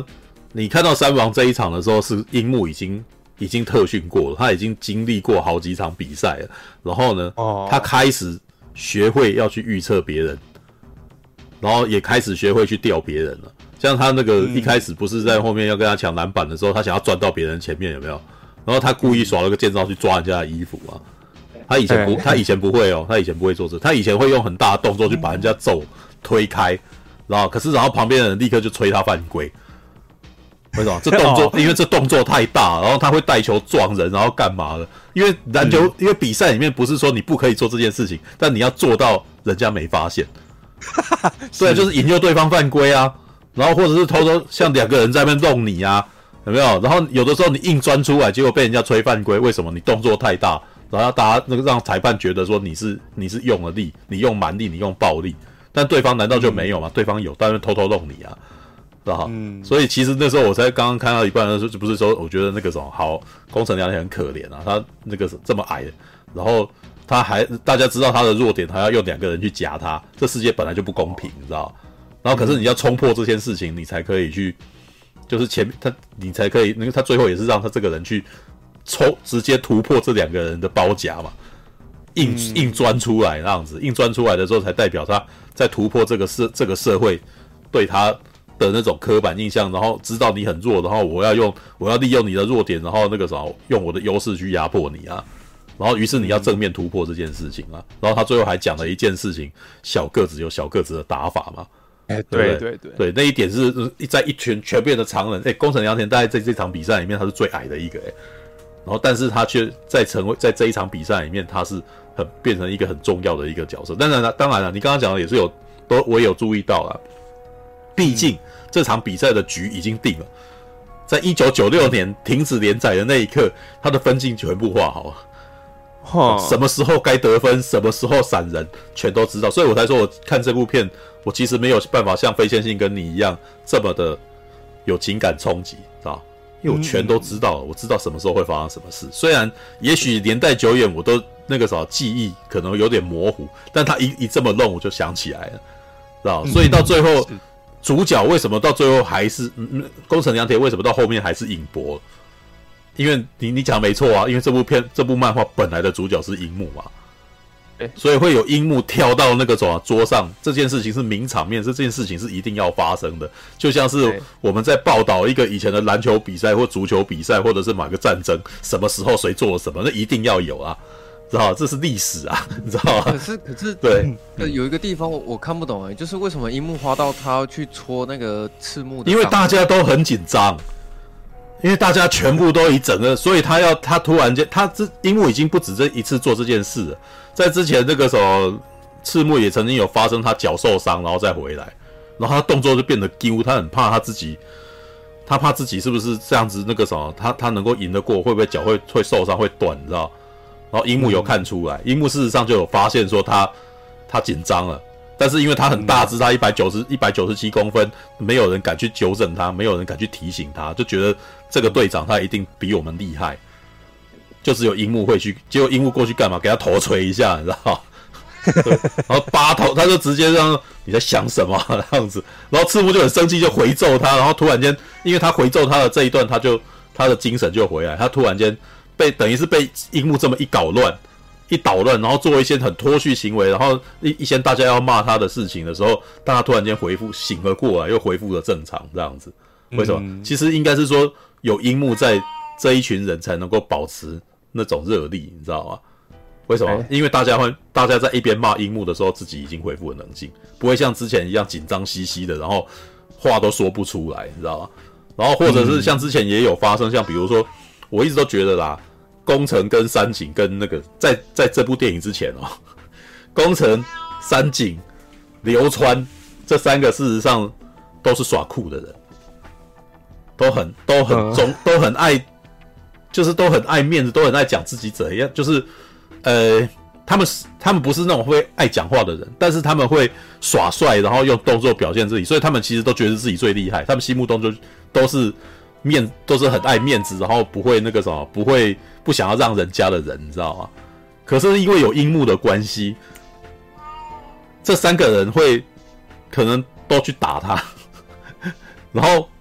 你看到山王这一场的时候，是樱木已经已经特训过了，他已经经历过好几场比赛了。然后呢，哦、他开始学会要去预测别人，然后也开始学会去吊别人了。像他那个一开始不是在后面要跟他抢篮板的时候，他想要钻到别人前面，有没有？然后他故意耍了个剑招去抓人家的衣服啊。他以前不，他以前不会哦，他以前不会做这，他以前会用很大的动作去把人家揍推开，然后可是然后旁边的人立刻就吹他犯规。为什么？这动作，因为这动作太大，然后他会带球撞人，然后干嘛的？因为篮球，因为比赛里面不是说你不可以做这件事情，但你要做到人家没发现。对，就是引诱对方犯规啊，然后或者是偷偷像两个人在那边弄你啊，有没有？然后有的时候你硬钻出来，结果被人家吹犯规，为什么？你动作太大。然后大家那个让裁判觉得说你是你是用了力，你用蛮力，你用暴力，但对方难道就没有吗？嗯、对方有，但是偷偷弄你啊，知道吧？嗯，所以其实那时候我才刚刚看到一半的时候，就不是说我觉得那个什么好宫城良田很可怜啊，他那个这么矮，然后他还大家知道他的弱点，还要用两个人去夹他，这世界本来就不公平，你知道？然后可是你要冲破这件事情，你才可以去，就是前他你才可以，那个他最后也是让他这个人去。抽直接突破这两个人的包夹嘛，硬硬钻出来那样子，硬钻出来的时候才代表他在突破这个社这个社会对他的那种刻板印象，然后知道你很弱，然后我要用我要利用你的弱点，然后那个啥用我的优势去压迫你啊，然后于是你要正面突破这件事情啊，然后他最后还讲了一件事情，小个子有小个子的打法嘛。 哎，对对对对，那一点是在一群全面的常人，哎，宫城良田大概在这场比赛里面他是最矮的一个，哎。然后，但是他却在成为在这一场比赛里面，他是很变成一个很重要的一个角色。当然了，当然了，你刚刚讲的也是有，都我也有注意到了。毕竟、嗯、这场比赛的局已经定了，在一九九六年停止连载的那一刻，他的分镜全部画好了。哦、什么时候该得分，什么时候闪人，全都知道。所以我才说，我看这部片，我其实没有办法像非线性跟你一样这么的有情感冲击，知道？因为我全都知道了，我知道什么时候会发生什么事。虽然也许年代久远，我都那个啥记忆可能有点模糊，但他一一这么弄，我就想起来了，知道？所以到最后，主角为什么到最后还是宫城良田？为什么到后面还是尹博？因为你你讲没错啊，因为这部片这部漫画本来的主角是樱木嘛。所以会有樱木跳到那个什么桌上，这件事情是名场面，这件事情是一定要发生的。就像是我们在报道一个以前的篮球比赛或足球比赛，或者是某个战争，什么时候谁做了什么，那一定要有啊，知道？这是历史啊，你知道吗？ 可是可是对， 有一个地方我我看不懂哎、欸，就是为什么樱木花道他要去戳那个赤木的？ 因为大家都很紧张。因为大家全部都一整个，所以他要他突然间，他这樱木已经不止这一次做这件事了。在之前那个时候，赤木也曾经有发生他脚受伤，然后再回来，然后他动作就变得丢，他很怕他自己，他怕自己是不是这样子那个什么，他他能够赢得过，会不会脚会会受伤会断，你知道？然后樱木有看出来，樱木事实上就有发现说他他紧张了。但是因为他很大只，他一百九十、一百九十七公分，没有人敢去纠正他，没有人敢去提醒他，就觉得这个队长他一定比我们厉害，就只有樱木会去，结果樱木过去干嘛？给他头捶一下，你知道？然后扒头，他就直接让你在想什么这样子，然后赤木就很生气，就回揍他，然后突然间，因为他回揍他的这一段，他就他的精神就回来，他突然间被等于是被樱木这么一搞乱。一捣乱，然后做一些很脱序行为，然后一一些大家要骂他的事情的时候，当他突然间回复醒了过来，又恢复了正常这样子。为什么？嗯、其实应该是说有樱木在，这一群人才能够保持那种热力，你知道吗？为什么？欸、因为大家会，大家在一边骂樱木的时候，自己已经恢复了冷静，不会像之前一样紧张兮兮的，然后话都说不出来，你知道吗？然后或者是像之前也有发生，像比如说，我一直都觉得啦。宫城跟三井跟那个在在这部电影之前哦，宫城、三井、流川这三个事实上都是耍酷的人，都很都很忠，都很爱，就是都很爱面子，都很爱讲自己怎样，就是呃，他们他们不是那种会爱讲话的人，但是他们会耍帅，然后用动作表现自己，所以他们其实都觉得自己最厉害，他们心目中就都是。面都是很爱面子，然后不会那个什么，不会不想要让人家的人，你知道吗？可是因为有樱木的关系，这三个人会可能都去打他，然后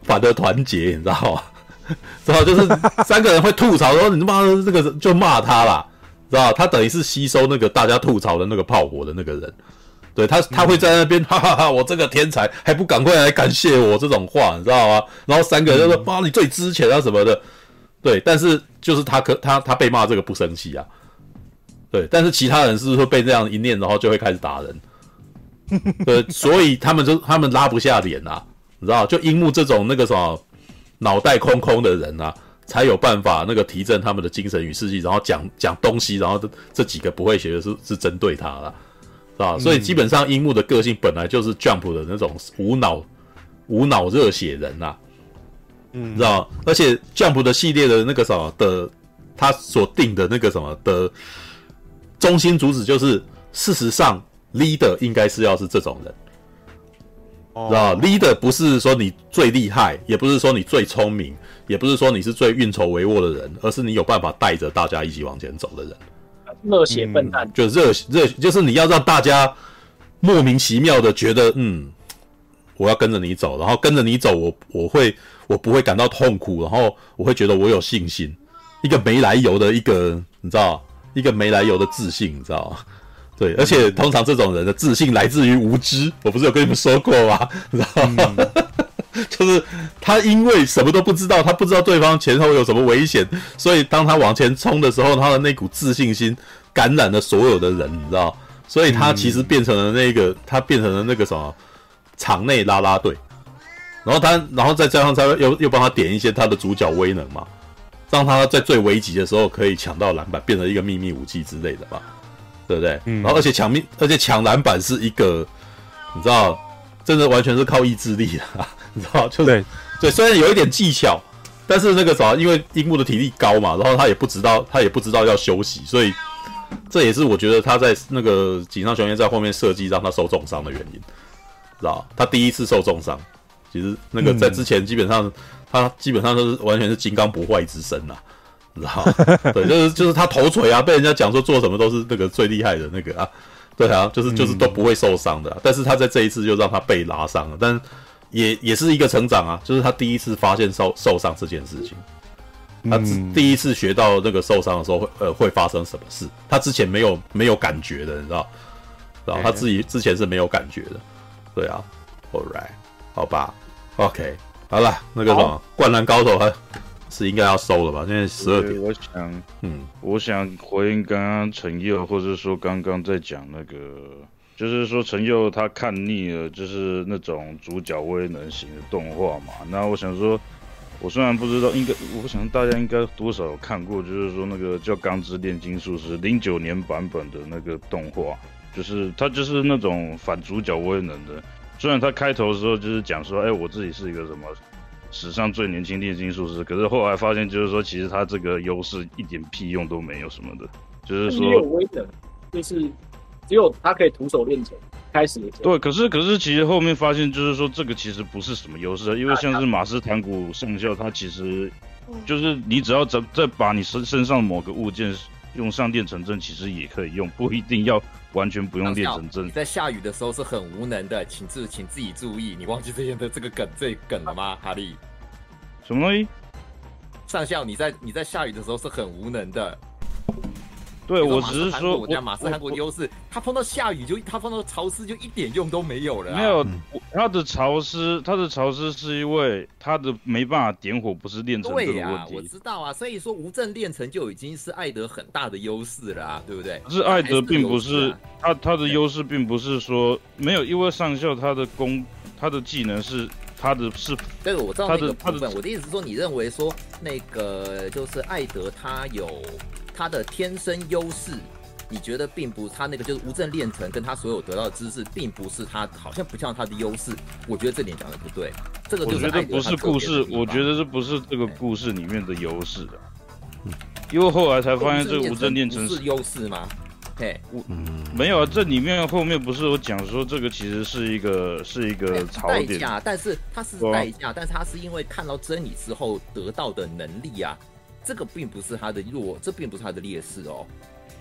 反而团结，你知道吗？知道就是三个人会吐槽说你他妈的这个就骂他啦，知道他等于是吸收那个大家吐槽的那个炮火的那个人，对他他会在那边哈哈哈，我这个天才还不赶快来感谢我这种话，你知道吗？然后三个人就说妈你最值钱啊什么的，对，但是就是他可他他被骂这个不生气啊，对，但是其他人是会被这样一念，然后就会开始打人，对，所以他们就他们拉不下脸啊，你知道，就樱木这种那个什么。脑袋空空的人啊，才有办法那个提振他们的精神与士气，然后讲讲东西，然后这这几个不会学的是是针对他啦，是吧？嗯、所以基本上樱木的个性本来就是 Jump 的那种无脑无脑热血人呐、啊，嗯，知道？而且 Jump 的系列的那个什么的，他所定的那个什么的中心主旨就是，事实上 leader 应该是要是这种人。知道 leader 不是说你最厉害，也不是说你最聪明，也不是说你是最运筹帷幄的人，而是你有办法带着大家一起往前走的人。 热血笨蛋， 嗯、就热热，就是你要让大家莫名其妙的觉得，嗯，我要跟着你走，然后跟着你走，我我会我不会感到痛苦，然后我会觉得我有信心，一个没来由的一个，你知道，一个没来由的自信，你知道吗？对，而且通常这种人的自信来自于无知，我不是有跟你们说过吗？知道吗？嗯、就是他因为什么都不知道，他不知道对方前后有什么危险，所以当他往前冲的时候，他的那股自信心感染了所有的人，你知道？所以他其实变成了那个，他变成了那个什么场内啦啦队，然后他，然后再加上他又又帮他点一些他的主角威能嘛，让他在最危急的时候可以抢到篮板，变成一个秘密武器之类的嘛。对不对？嗯、然后而且抢命，而且抢篮板是一个，你知道，真的完全是靠意志力啊，你知道，就是对，对，虽然有一点技巧，但是那个啥，因为樱木的体力高嘛，然后他也不知道，他也不知道要休息，所以这也是我觉得他在那个井上雄彦在后面设计让他受重伤的原因，知道？他第一次受重伤，其实那个在之前基本上、嗯、他基本上都是完全是金刚不坏之身啊。知道，对，就是就是他头锤啊，被人家讲说做什么都是那个最厉害的那个啊，对啊，就是就是都不会受伤的、啊，但是他在这一次就让他被拉伤了，但也也是一个成长啊，就是他第一次发现受受伤这件事情，他第一次学到那个受伤的时候会呃会发生什么事，他之前没有没有感觉的，你知道，知道他自己之前是没有感觉的，对啊 ，All right， 好吧 ，OK， 好了，那个什么灌篮高手还。是应该要收了吧？现在十二点。 我想，嗯，我想回应刚刚陈佑，或者说刚刚在讲那个，就是说陈佑他看腻了，就是那种主角威能型的动画嘛。那我想说，我虽然不知道，应该我想大家应该多少有看过，就是说那个叫《钢之炼金术师》零九年版本的那个动画，就是他就是那种反主角威能的。虽然他开头的时候就是讲说，哎、欸，我自己是一个什么。史上最年轻炼金术师，可是后来发现，就是说，其实他这个优势一点屁用都没有什么的，就是说， 有威能，就是只有他可以徒手练成，开始的时候。 对，可是可是其实后面发现，就是说这个其实不是什么优势，因为像是马斯坦古上校，他其实就是你只要再再把你身身上某个物件用上炼成阵，其实也可以用，不一定要完全不用炼成阵。 你在下雨的时候是很无能的，请自请自己注意。你忘记这些的这个梗这个梗了吗，哈利？ 什么东西？ 上校，你在你在下雨的时候是很无能的。 对，我只是说， 我讲马斯韩国优势，他碰到下雨就他碰到潮湿就一点用都没有了、啊。 没有，他的潮湿，他的潮湿是因为他的没办法点火，不是炼成这个问题。对啊， 我知道啊，所以说无证炼成就已经是艾德很大的优势了啊，对不对？ 可是艾德并不是他他的优势，并不是说没有，因为上校他的功他的技能是。他的是， 对，我知道那个部分。我的意思是说，你认为说那个就是艾德他有他的天生优势，你觉得并不他那个就是无证炼成跟他所有得到的知识，并不是他好像不像他的优势。我觉得这点讲的不对，这个就是我觉得不是故事，我觉得这不是这个故事里面的优势的，因为后来才发现这个无证炼成是优势吗？嘿， 嗯，没有啊，这里面后面不是有讲说这个其实是一个是一个槽点， 代价，但是它是代价，但是它是因为看到真理之后得到的能力啊，这个并不是他的弱，这并不是他的劣势哦。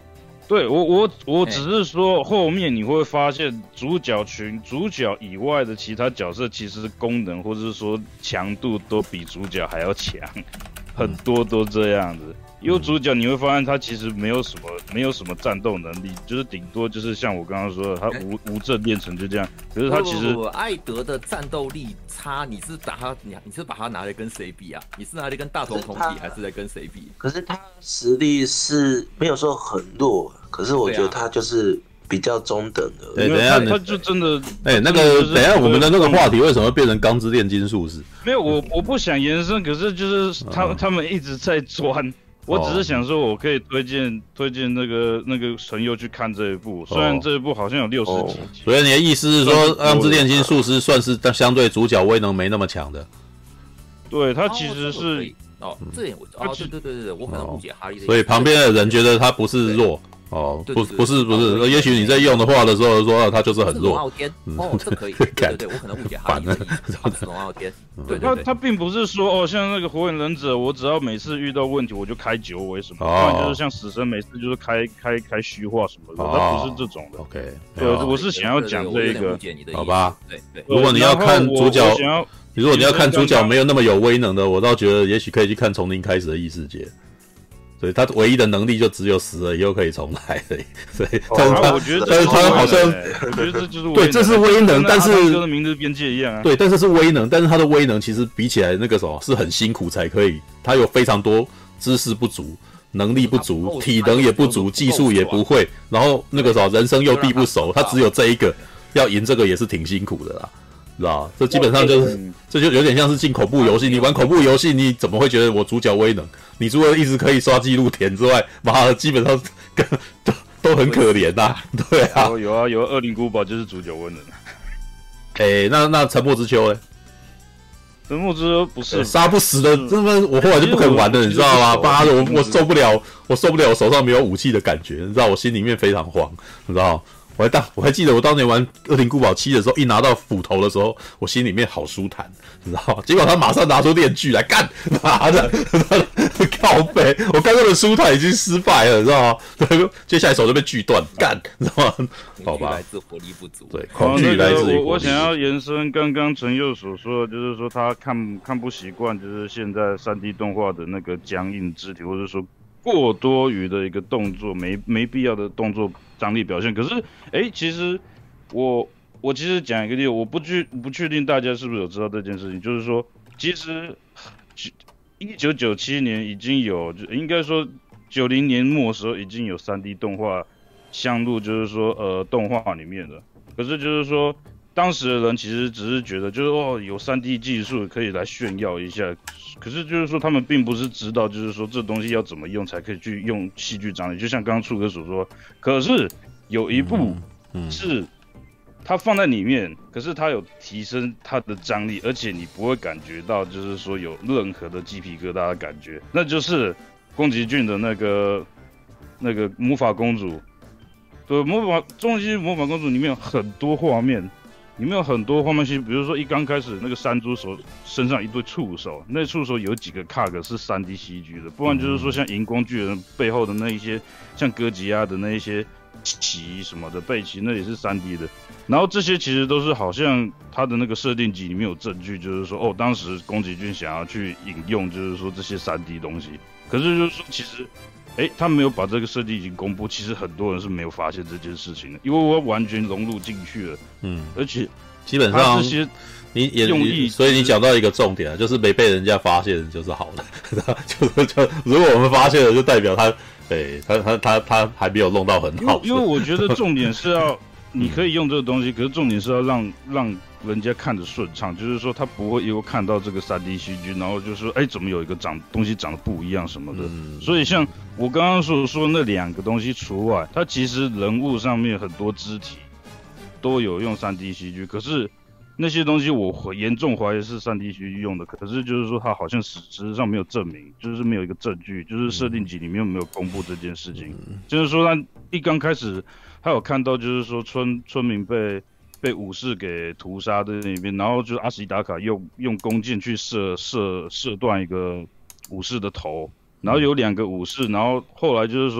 对我我我只是说后面你会发现主角群主角以外的其他角色其实功能或者是说强度都比主角还要强，很多都这样子。因为主角你会发现他其实没有什么没有什么战斗能力，就是顶多就是像我刚刚说的，他无无证练成就这样。可是他其实艾德的战斗力差，你是把他你你是把他拿来跟谁比啊？你是拿来跟大头同比，还是在跟谁比？ 可是他实力是没有说很弱，可是我觉得他就是比较中等的。 对，等一下， 他就真的， 哎、欸，那个，等一下，我们的那个话题为什么会变成钢之炼金术士？ 没有，我我不想延伸，可是就是他、嗯、他们一直在钻。我只是想说，我可以推荐推荐那个那个陈佑去看这一部，虽然这一部好像有六十几集。 所以你的意思是说，钢之炼金术师算是相对主角威能没那么强的？ 对，他其实是哦，这点我哦，对对对对，我可能误解哈利的意思。 所以旁边的人觉得他不是弱。哦，不，不是，不是，也许你在用的话的时候说他就是很弱。 龙傲天，哦，这可以，对对对，我可能误解哈利的意思，他是龙傲天。对， 他他并不是说哦，像那个火影忍者，我只要每次遇到问题我就开九尾什么，不然就是像死神每次就是开开开虚化什么的，他不是这种的。 OK， 对，我是想要讲这个， 好吧？ 对对。 如果你要看主角，如果你要看主角没有那么有威能的，我倒觉得也许可以去看从零开始的异世界。所以他唯一的能力就只有死了以后可以重来而已，所以但是他， 我觉得但是他好像， 我觉得这就是对，这是威能，但是跟的明日边界一样啊。 对，但是是威能，但是他的威能其实比起来那个什么是很辛苦才可以，他有非常多知识不足、能力不足、体能也不足、技术也不会，然后那个什么人生又地不熟，他只有这一个，要赢这个也是挺辛苦的啦。知道，这基本上就是，这就有点像是进恐怖游戏。你玩恐怖游戏，你怎么会觉得我主角威能？你除了一直可以刷记录填之外，妈的，基本上跟都都很可怜呐、啊。对啊， 有啊有啊，恶灵古堡就是主角威能。 哎、欸，那那沉默之丘呢？ 沉默之丘不是杀不死的，真的，我后来就不肯玩了，你知道吗？妈的，我我受不了，我受不了，我手上没有武器的感觉，你知道，我心里面非常慌，你知道。我还当我还记得我当年玩《恶灵古堡七》的时候，一拿到斧头的时候，我心里面好舒坦，你知道吗？结果他马上拿出链锯来干，妈的，靠北！我刚刚的舒坦已经失败了，你知道吗？对，接下来手就被锯断，干，你知道吗？好吧， 来自火力不足。 对，恐惧来自于火力不足。 我我想要延伸刚刚陈佑所说的，就是说他看看不习惯，就是现在三 D 动画的那个僵硬肢体，或者说过多余的一个动作，没没必要的动作张力表现。可是，哎、欸，其实我我其实讲一个例子，我不确不确定大家是不是有知道这件事情，就是说，其实一九九七年已经有，应该说九零年末的时候已经有三 D 动画相入，就是说呃动画里面的。可是就是说，当时的人其实只是觉得，就是哦有三 D 技术可以来炫耀一下。可是就是说，他们并不是知道，就是说这东西要怎么用才可以去用戏剧张力。就像刚刚楚哥所说，可是有一部是它放在里面，可是它有提升它的张力，而且你不会感觉到就是说有任何的鸡皮疙瘩的感觉，那就是宫崎骏的那个那个魔法公主。对，魔法终极魔法公主里面有很多画面。里面有很多画面戏，比如说一刚开始那个山猪手身上一对触手，那触手有几个 cog 是 三 D C G 的，不然就是说像荧光巨人背后的那一些，像哥吉拉的那一些鳍什么的背鳍，那也是 三 D 的。然后这些其实都是好像他的那个设定集里面有证据，就是说哦，当时宫崎骏想要去引用，就是说这些 三 D 东西，可是就是说其实。哎，他没有把这个设定已经公布，其实很多人是没有发现这件事情的，因为我完全融入进去了。嗯，而且基本上这些你也用意，所以你讲到一个重点啊，就是没被人家发现就是好的，就就如果我们发现了，就代表他，对他他他他还没有弄到很好。 因为我觉得重点是要你可以用这个东西，可是重点是要让让人家看着顺畅，就是说他不会因为看到这个 三 D C G， 然后就说哎怎么有一个长东西长得不一样什么的。嗯、所以像我刚刚所说那两个东西除外，它其实人物上面很多肢体都有用 三 D C G， 可是那些东西我严重怀疑是 三 D C G 用的，可是就是说它好像实质上没有证明，就是没有一个证据，就是设定集里面没有公布这件事情。嗯、就是说他一刚开始他有看到就是说村村民被被武士给屠杀在那边，然后就是阿西达卡用用弓箭去射射射断一个武士的头，然后有两个武士，然后后来就是说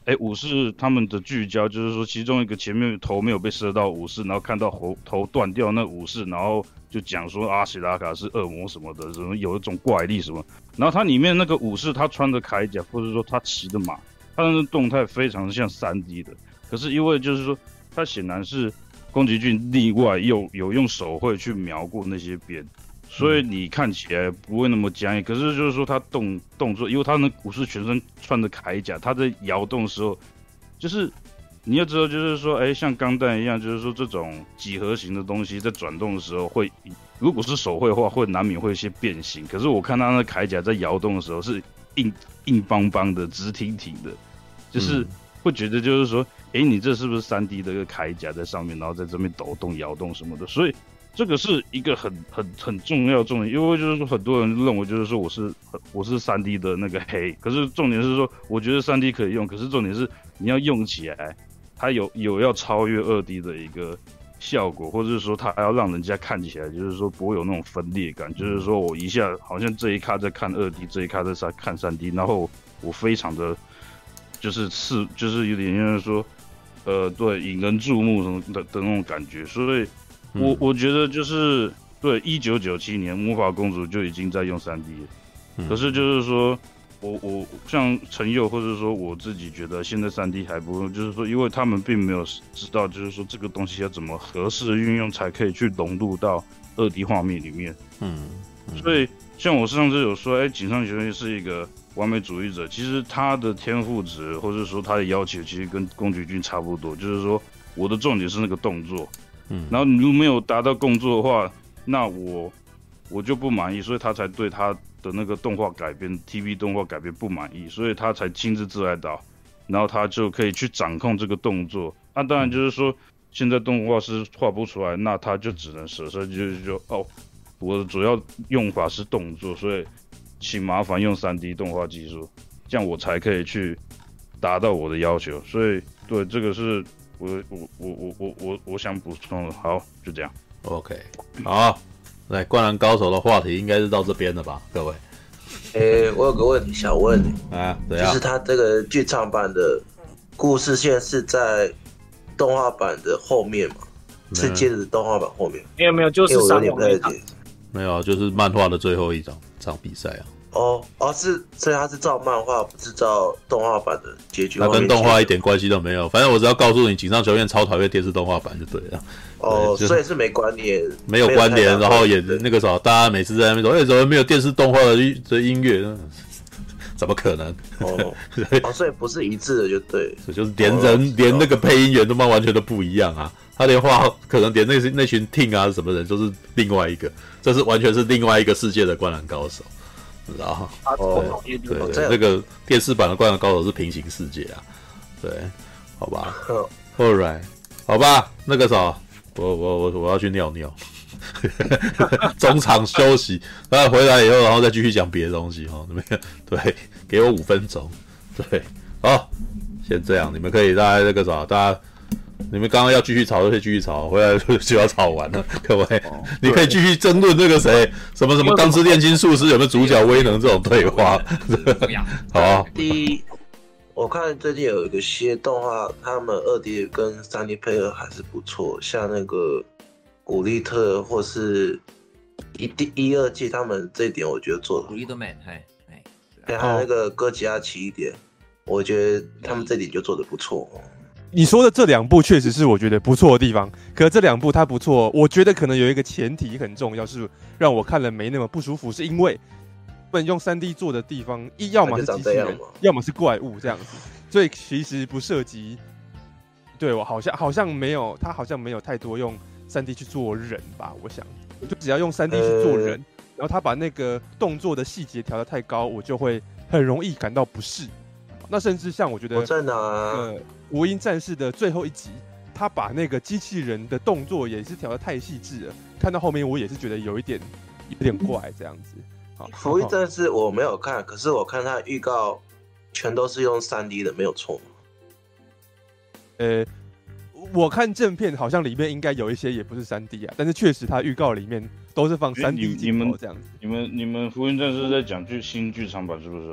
哎，武士他们的聚焦就是说，其中一个前面头没有被射到武士，然后看到头头断掉那武士，然后就讲说阿希拉卡是恶魔什么的，什么有一种怪力什么。然后他里面那个武士，他穿的铠甲，或者说他骑的马，他的动态非常像 三 D 的。可是因为就是说，他显然是宫崎骏另外又有用手绘去描过那些边。所以你看起来不会那么僵硬，可是就是说他动动作，因为他那武士全身穿的铠甲，他在摇动的时候，就是你要知道，就是说，哎，像钢弹一样，就是说这种几何形的东西在转动的时候会，如果是手绘的话，会难免会有一些变形。可是我看他那铠甲在摇动的时候是硬硬邦邦的、直挺挺的，就是会觉得就是说，哎，你这是不是 三 D 的一个铠甲在上面，然后在这边抖动、摇动什么的，所以。这个是一个很很很重要重点，因为就是说很多人认为就是说我是我是 三 D 的那个黑，可是重点是说我觉得 三 D 可以用，可是重点是你要用起来，它有有要超越 二 D 的一个效果，或者是说它要让人家看起来就是说不会有那种分裂感，就是说我一下好像这一卡在看 二 D， 这一卡在看 三 D， 然后我非常的就是是就是有点像是说呃对引人注目什么的的那种感觉，所以。我我觉得就是对，一九九七年魔法公主就已经在用 三 D 了，嗯、可是就是说，我我像陈佑或者说我自己觉得现在 三 D 还不够，就是说，因为他们并没有知道，就是说这个东西要怎么合适的运用才可以去融入到 二 D 画面里面。嗯，嗯所以像我上次有说，哎，井上雄彦是一个完美主义者，其实他的天赋值或者说他的要求，其实跟宫崎骏差不多，就是说我的重点是那个动作。嗯，然后你如果没有达到工作的话，那我我就不满意，所以他才对他的那个动画改编 T V 动画改编不满意，所以他才亲自自来导，然后他就可以去掌控这个动作。那、啊、当然就是说，现在动画师画不出来，那他就只能舍身就就哦，我的主要用法是动作，所以请麻烦用 三 D 动画技术，这样我才可以去达到我的要求。所以对这个是。我我我我我我我想补充的，好，就这样。 OK， 好，来《灌篮高手》的话题应该是到这边了吧，各位？ 诶、欸，我有个问题想问啊，怎样？ 就是他这个剧场版的故事线是在动画版的后面吗？是接着动画版后面？ 没有没有，就是三年那场。 没有，就是漫画的最后一场场比赛啊。 哦哦，是，所以他是照漫画，不是照动画版的结局。 那跟动画一点关系都没有，反正我只要告诉你，井上雄彦超讨厌电视动画版就对了。 哦，所以是没关联， 没有关联，然后也那个时候大家每次在那边说，哎、欸，怎么没有电视动画的音乐？怎么可能？ 哦，哦，所以不是一致的，就对， 就是连人、哦、连那个配音员都嘛完全都不一样啊。他连画可能连那那群 team 啊什么人都是另外一个，这是完全是另外一个世界的灌篮高手。然后， 哦， 对对对，那个电视版的《灌篮高手》是平行世界啊，对，好吧 ，All right， 好吧，那个啥，我我我我要去尿尿，中场休息，然后回来以后，然后再继续讲别的东西哈，对，给我五分钟，对，好，先这样，你们可以大家那个啥，大家。你们刚刚要继续吵就可以继续吵，回来就要吵完了，各位，哦、你可以继续争论那个谁什么什么钢之炼金术师有没有主角威能这种对话。好、啊， 第一，我看最近有一个些动画，他们 二 D 跟 三 D 配合还是不错，像那个古力特或是一第一二季，他们这一点我觉得做的。 古力特 man， 哎哎， 对，还有那个哥吉拉奇一点，我觉得他们这点就做的不错。 你说的这两部确实是我觉得不错的地方，可是这两部它不错，我觉得可能有一个前提很重要，是让我看了没那么不舒服，是因为他们用 三 D 做的地方，一要么是机器人，要么是怪物这样子，所以其实不涉及。对我好像好像没有，他好像没有太多用 三 D 去做人吧，我想就只要用 三 D 去做人，呃、然后他把那个动作的细节调得太高，我就会很容易感到不适。那甚至像我觉得， 我在哪？ 呃，无音战士的最后一集，他把那个机器人的动作也是调得太细致了，看到后面我也是觉得有一点有点怪这样子。好， 无音战士我没有看，可是我看他预告全都是用 三 D 的，没有错。 呃，我看正片好像里面应该有一些也不是 三 D 啊，但是确实他预告里面都是放 三 D 镜头这样子。 你们你们你们福音战士在讲剧新剧场版是不是？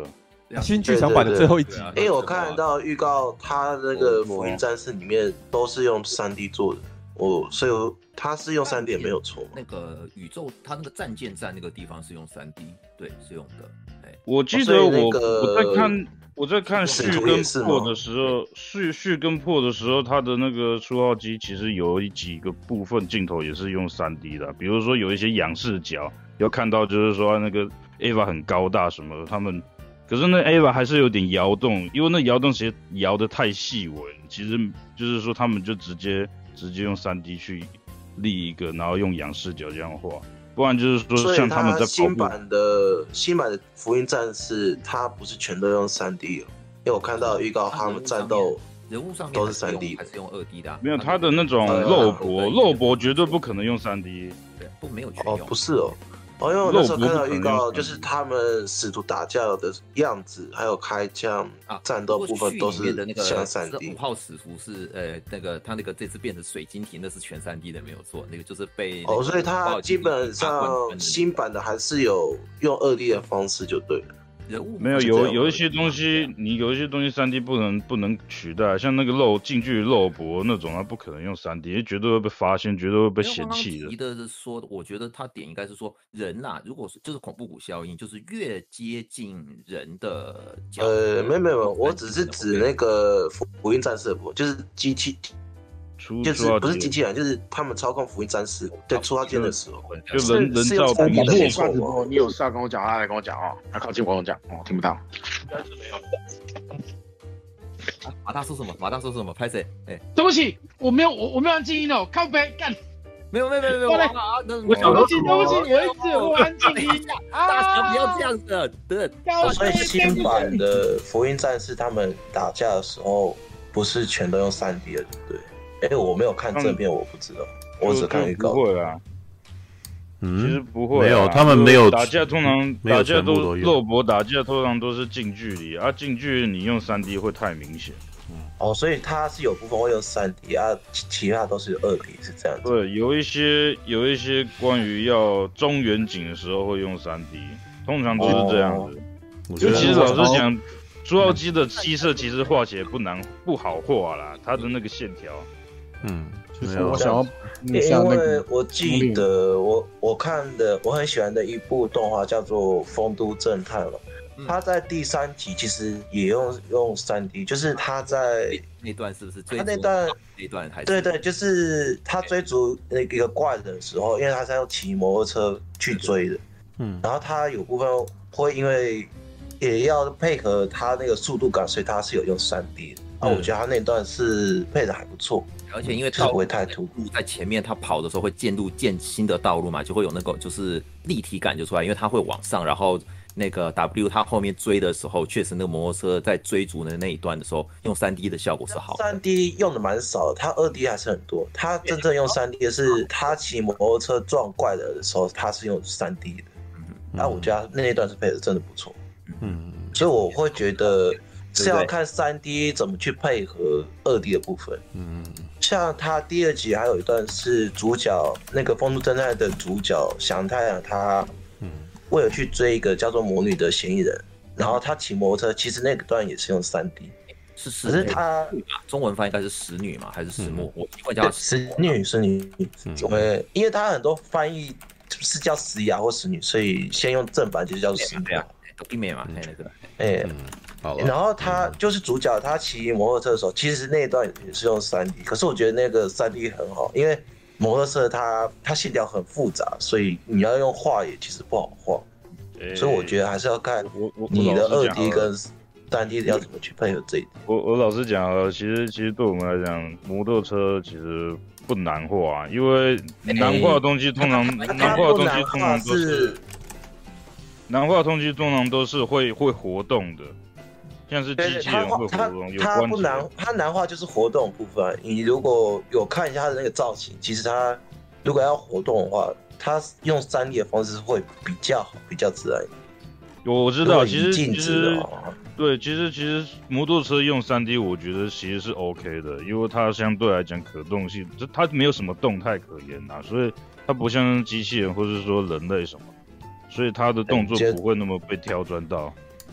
新剧场版的最后一集， 因为我看到预告，它那个福音战士里面都是用 三 D 做的，我所以它是用 三 D 也没有错。 那个宇宙，它那个战舰站那个地方是用 三 D， 对，是用的。哎， 我记得我、 那個、 我在看我在看续跟破的时候，续续跟破的时候，它的那个初号机其实有几个部分镜头也是用 三 D 的，比如说有一些仰视角，要看到就是说那个 A V A 很高大什么的，他们。可是那 A V A 还是有点摇动，因为那摇动其实摇得太细微，其实就是说他们就直接直接用 三 D 去立一个，然后用仰视角这样画，不然就是说像他们在跑步。 新版的新版的福音战士，它不是全都用 三 D 哦，因为我看到预告他们战斗人物上面都是 三 D， 还是用二 D 的、啊？ 没有，他的那种肉搏，肉搏绝对不可能用 三 D， 对，不没有全用。 哦，不是哦。哦，因为我那时候看到预告，就是他们使徒打架的样子，还有开枪、啊、战斗部分都是像 三 D。 五号使徒是呃那个他那个这次变成水晶体，那是全 三 D 的，没有错。那个就是被哦，所以他基本上新版的还是有用二 D 的方式就对了。 人物没有有有一些东西，你有一些东西 三 D 不能不能取代，像那个肉近距离肉搏那种，它不可能用 三 D， 绝对会被发现，绝对会被嫌弃的。 提的是说，我觉得他点应该是说，人呐、啊，如果是就是恐怖谷效应，就是越接近人的角。 呃，没有没有，我只是指那个福音战士的部分，就是机器。就是不是机器人，就是他们操控福音战士，对出号间的时候， 就人人造三 D 的没错。 你有事要跟我讲，他来跟我讲哦，他靠近我跟我讲，哦，听不到。 应该是没有。 啊、马大说什么？马大说什么？拍谁？哎， 对不起，我没有，我我没有按静音哦，靠北干。 没有没有没有没有，我来，我对不起对不起，我一直我按静音。 大家不要这样子，对。 所以新版的福音战士他们打架的时候，不是全都用 三 D 的，对。哎、欸，我没有看正片，我不知道，我只看预告。 不会啊，嗯，其实不会、啊， 没有，他们没有打架，通常打架都肉搏打架，通常都是近距离啊，近距离你用 三 D 会太明显。 嗯，哦，所以它是有部分会用 三 D 啊，其他都是二 D 是这样子。 对，有一些有一些关于要中远景的时候会用 三 D， 通常都是这样子。哦、就其实老实讲，初号机的机设其实画起来不难，不好画啦，它的那个线条。 嗯， 就是我想要， 因为我记得我我看的我很喜欢的一部动画叫做《丰都侦探》嘛，他在第三集其实也用用 三 D， 就是他在那段是不是？ 他那段那段还是对对，就是他追逐那个怪人的时候，因为他是要骑摩托车去追的，嗯，然后他有部分会因为也要配合他那个速度感，所以他是有用 三 D 的。啊，我觉得他那段是配的还不错。 而且因为道路太突兀，在前面他跑的时候会建路建新的道路嘛，就会有那个就是立体感就出来，因为他会往上，然后那个 W 他后面追的时候，确实那个摩托车在追逐的那一段的时候，用 三 D 的效果是好的。 三 D 用的蛮少的，他二 D 还是很多。他真正用 三 D 的是他骑摩托车撞怪的时候，他是用 三 D 的。嗯，然后我觉得那一段是配的真的不错。嗯，所以我会觉得是要看 三 D 怎么去配合二 D 的部分。嗯。像他第二集还有一段是主角那个丰都侦探的主角祥太阳，他为了去追一个叫做魔女的嫌疑人，然后他骑摩托车，其实那个段也是用 三 D， 是使可是他中文翻应该是使女嘛，还是使魔？我会叫使女，使女，对，因为他很多翻译是叫使牙或使女，所以先用正版就是叫使女。 弟妹嘛，那个， 哎。然后他就是主角，他骑摩托车的时候，其实那一段也是用 三 D， 可是我觉得那个 三 D 很好，因为摩托车它它线条很复杂，所以你要用画也其实不好画，欸、所以我觉得还是要看你的二 D 跟三 D 要怎么去配合这一点。 我我老实讲啊，其实其实对我们来讲，摩托车其实不难画，因为难画的东西通常、欸、难画的东西通常都是难画的东西通常都是会会活动的。像是机器人会活动，有它不难，它难画就是活动的部分。你如果有看一下它的那个造型，其实它如果要活动的话，它用 三 D 的方式会比较好，比较自然。 我知道，其实其实对，其实其实摩托车用 三 D， 我觉得其实是 OK 的，因为它相对来讲可动性，它没有什么动态可言啊，所以它不像机器人或是说人类什么，所以它的动作不会那么被挑钻到。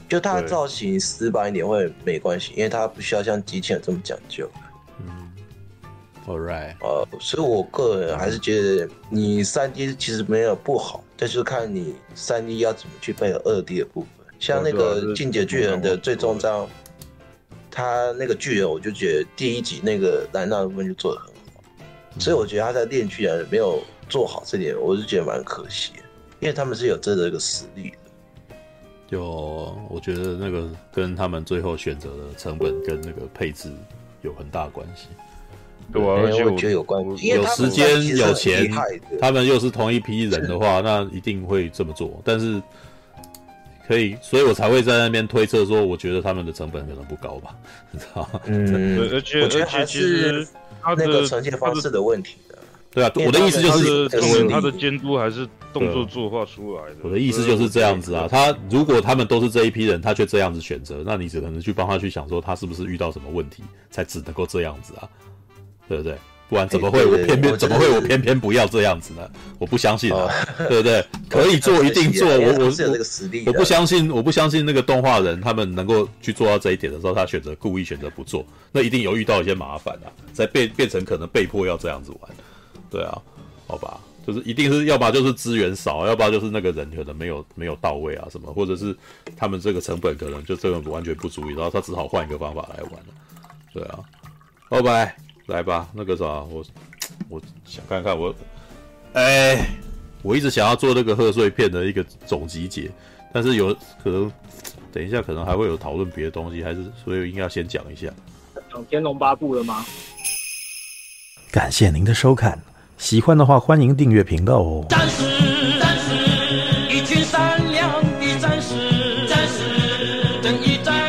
就它的造型死板一点会没关系，因为它不需要像机器人这么讲究。 嗯 ，All right， 呃，所以我个人还是觉得你三 D 其实没有不好，但是看你三 D 要怎么去配合二 D 的部分。像那个进阶巨人的最终章，他那个巨人，我就觉得第一集那个兰纳的部分就做得很好，所以我觉得他在练巨人没有做好这点，我是觉得蛮可惜的，因为他们是有真的一个实力的。 就我觉得那个跟他们最后选择的成本跟那个配置有很大关系。 对啊，而且我觉得有关系， 有时间有钱，他们又是同一批人的话，那一定会这么做。但是可以，所以我才会在那边推测说，我觉得他们的成本可能不高吧，你知道吗？ 嗯， 对，而且我觉得还是那个呈现方式的问题的。 对啊，我的意思就是他的监督还是动作作画出来的。 我的意思就是这样子啊，他如果他们都是这一批人，他却这样子选择，那你只能去帮他去想说，他是不是遇到什么问题，才只能够这样子啊，对不对？不然怎么会我偏偏怎么会我偏偏不要这样子呢？我不相信啊，对不对？可以做一定做，我我我我不相信，我不相信那个动画人他们能够去做到这一点的时候，他选择故意选择不做，那一定有遇到一些麻烦啊，才变变成可能被迫要这样子玩。对啊，好吧，就是一定是要不然就是资源少，要不然就是那个人可能没有没有到位啊什么，或者是他们这个成本可能就这个完全不足以，然后他只好换一个方法来玩了。对啊，好吧。来吧，那个啥，我我想看看我，哎，我一直想要做那个贺岁片的一个总集结，但是有可能等一下可能还会有讨论别的东西，还是所以应该要先讲一下。 讲《天龙八部》了吗？ 感谢您的收看，喜欢的话欢迎订阅频道哦。 战士，战士，一群善良的战士，战士，正义战。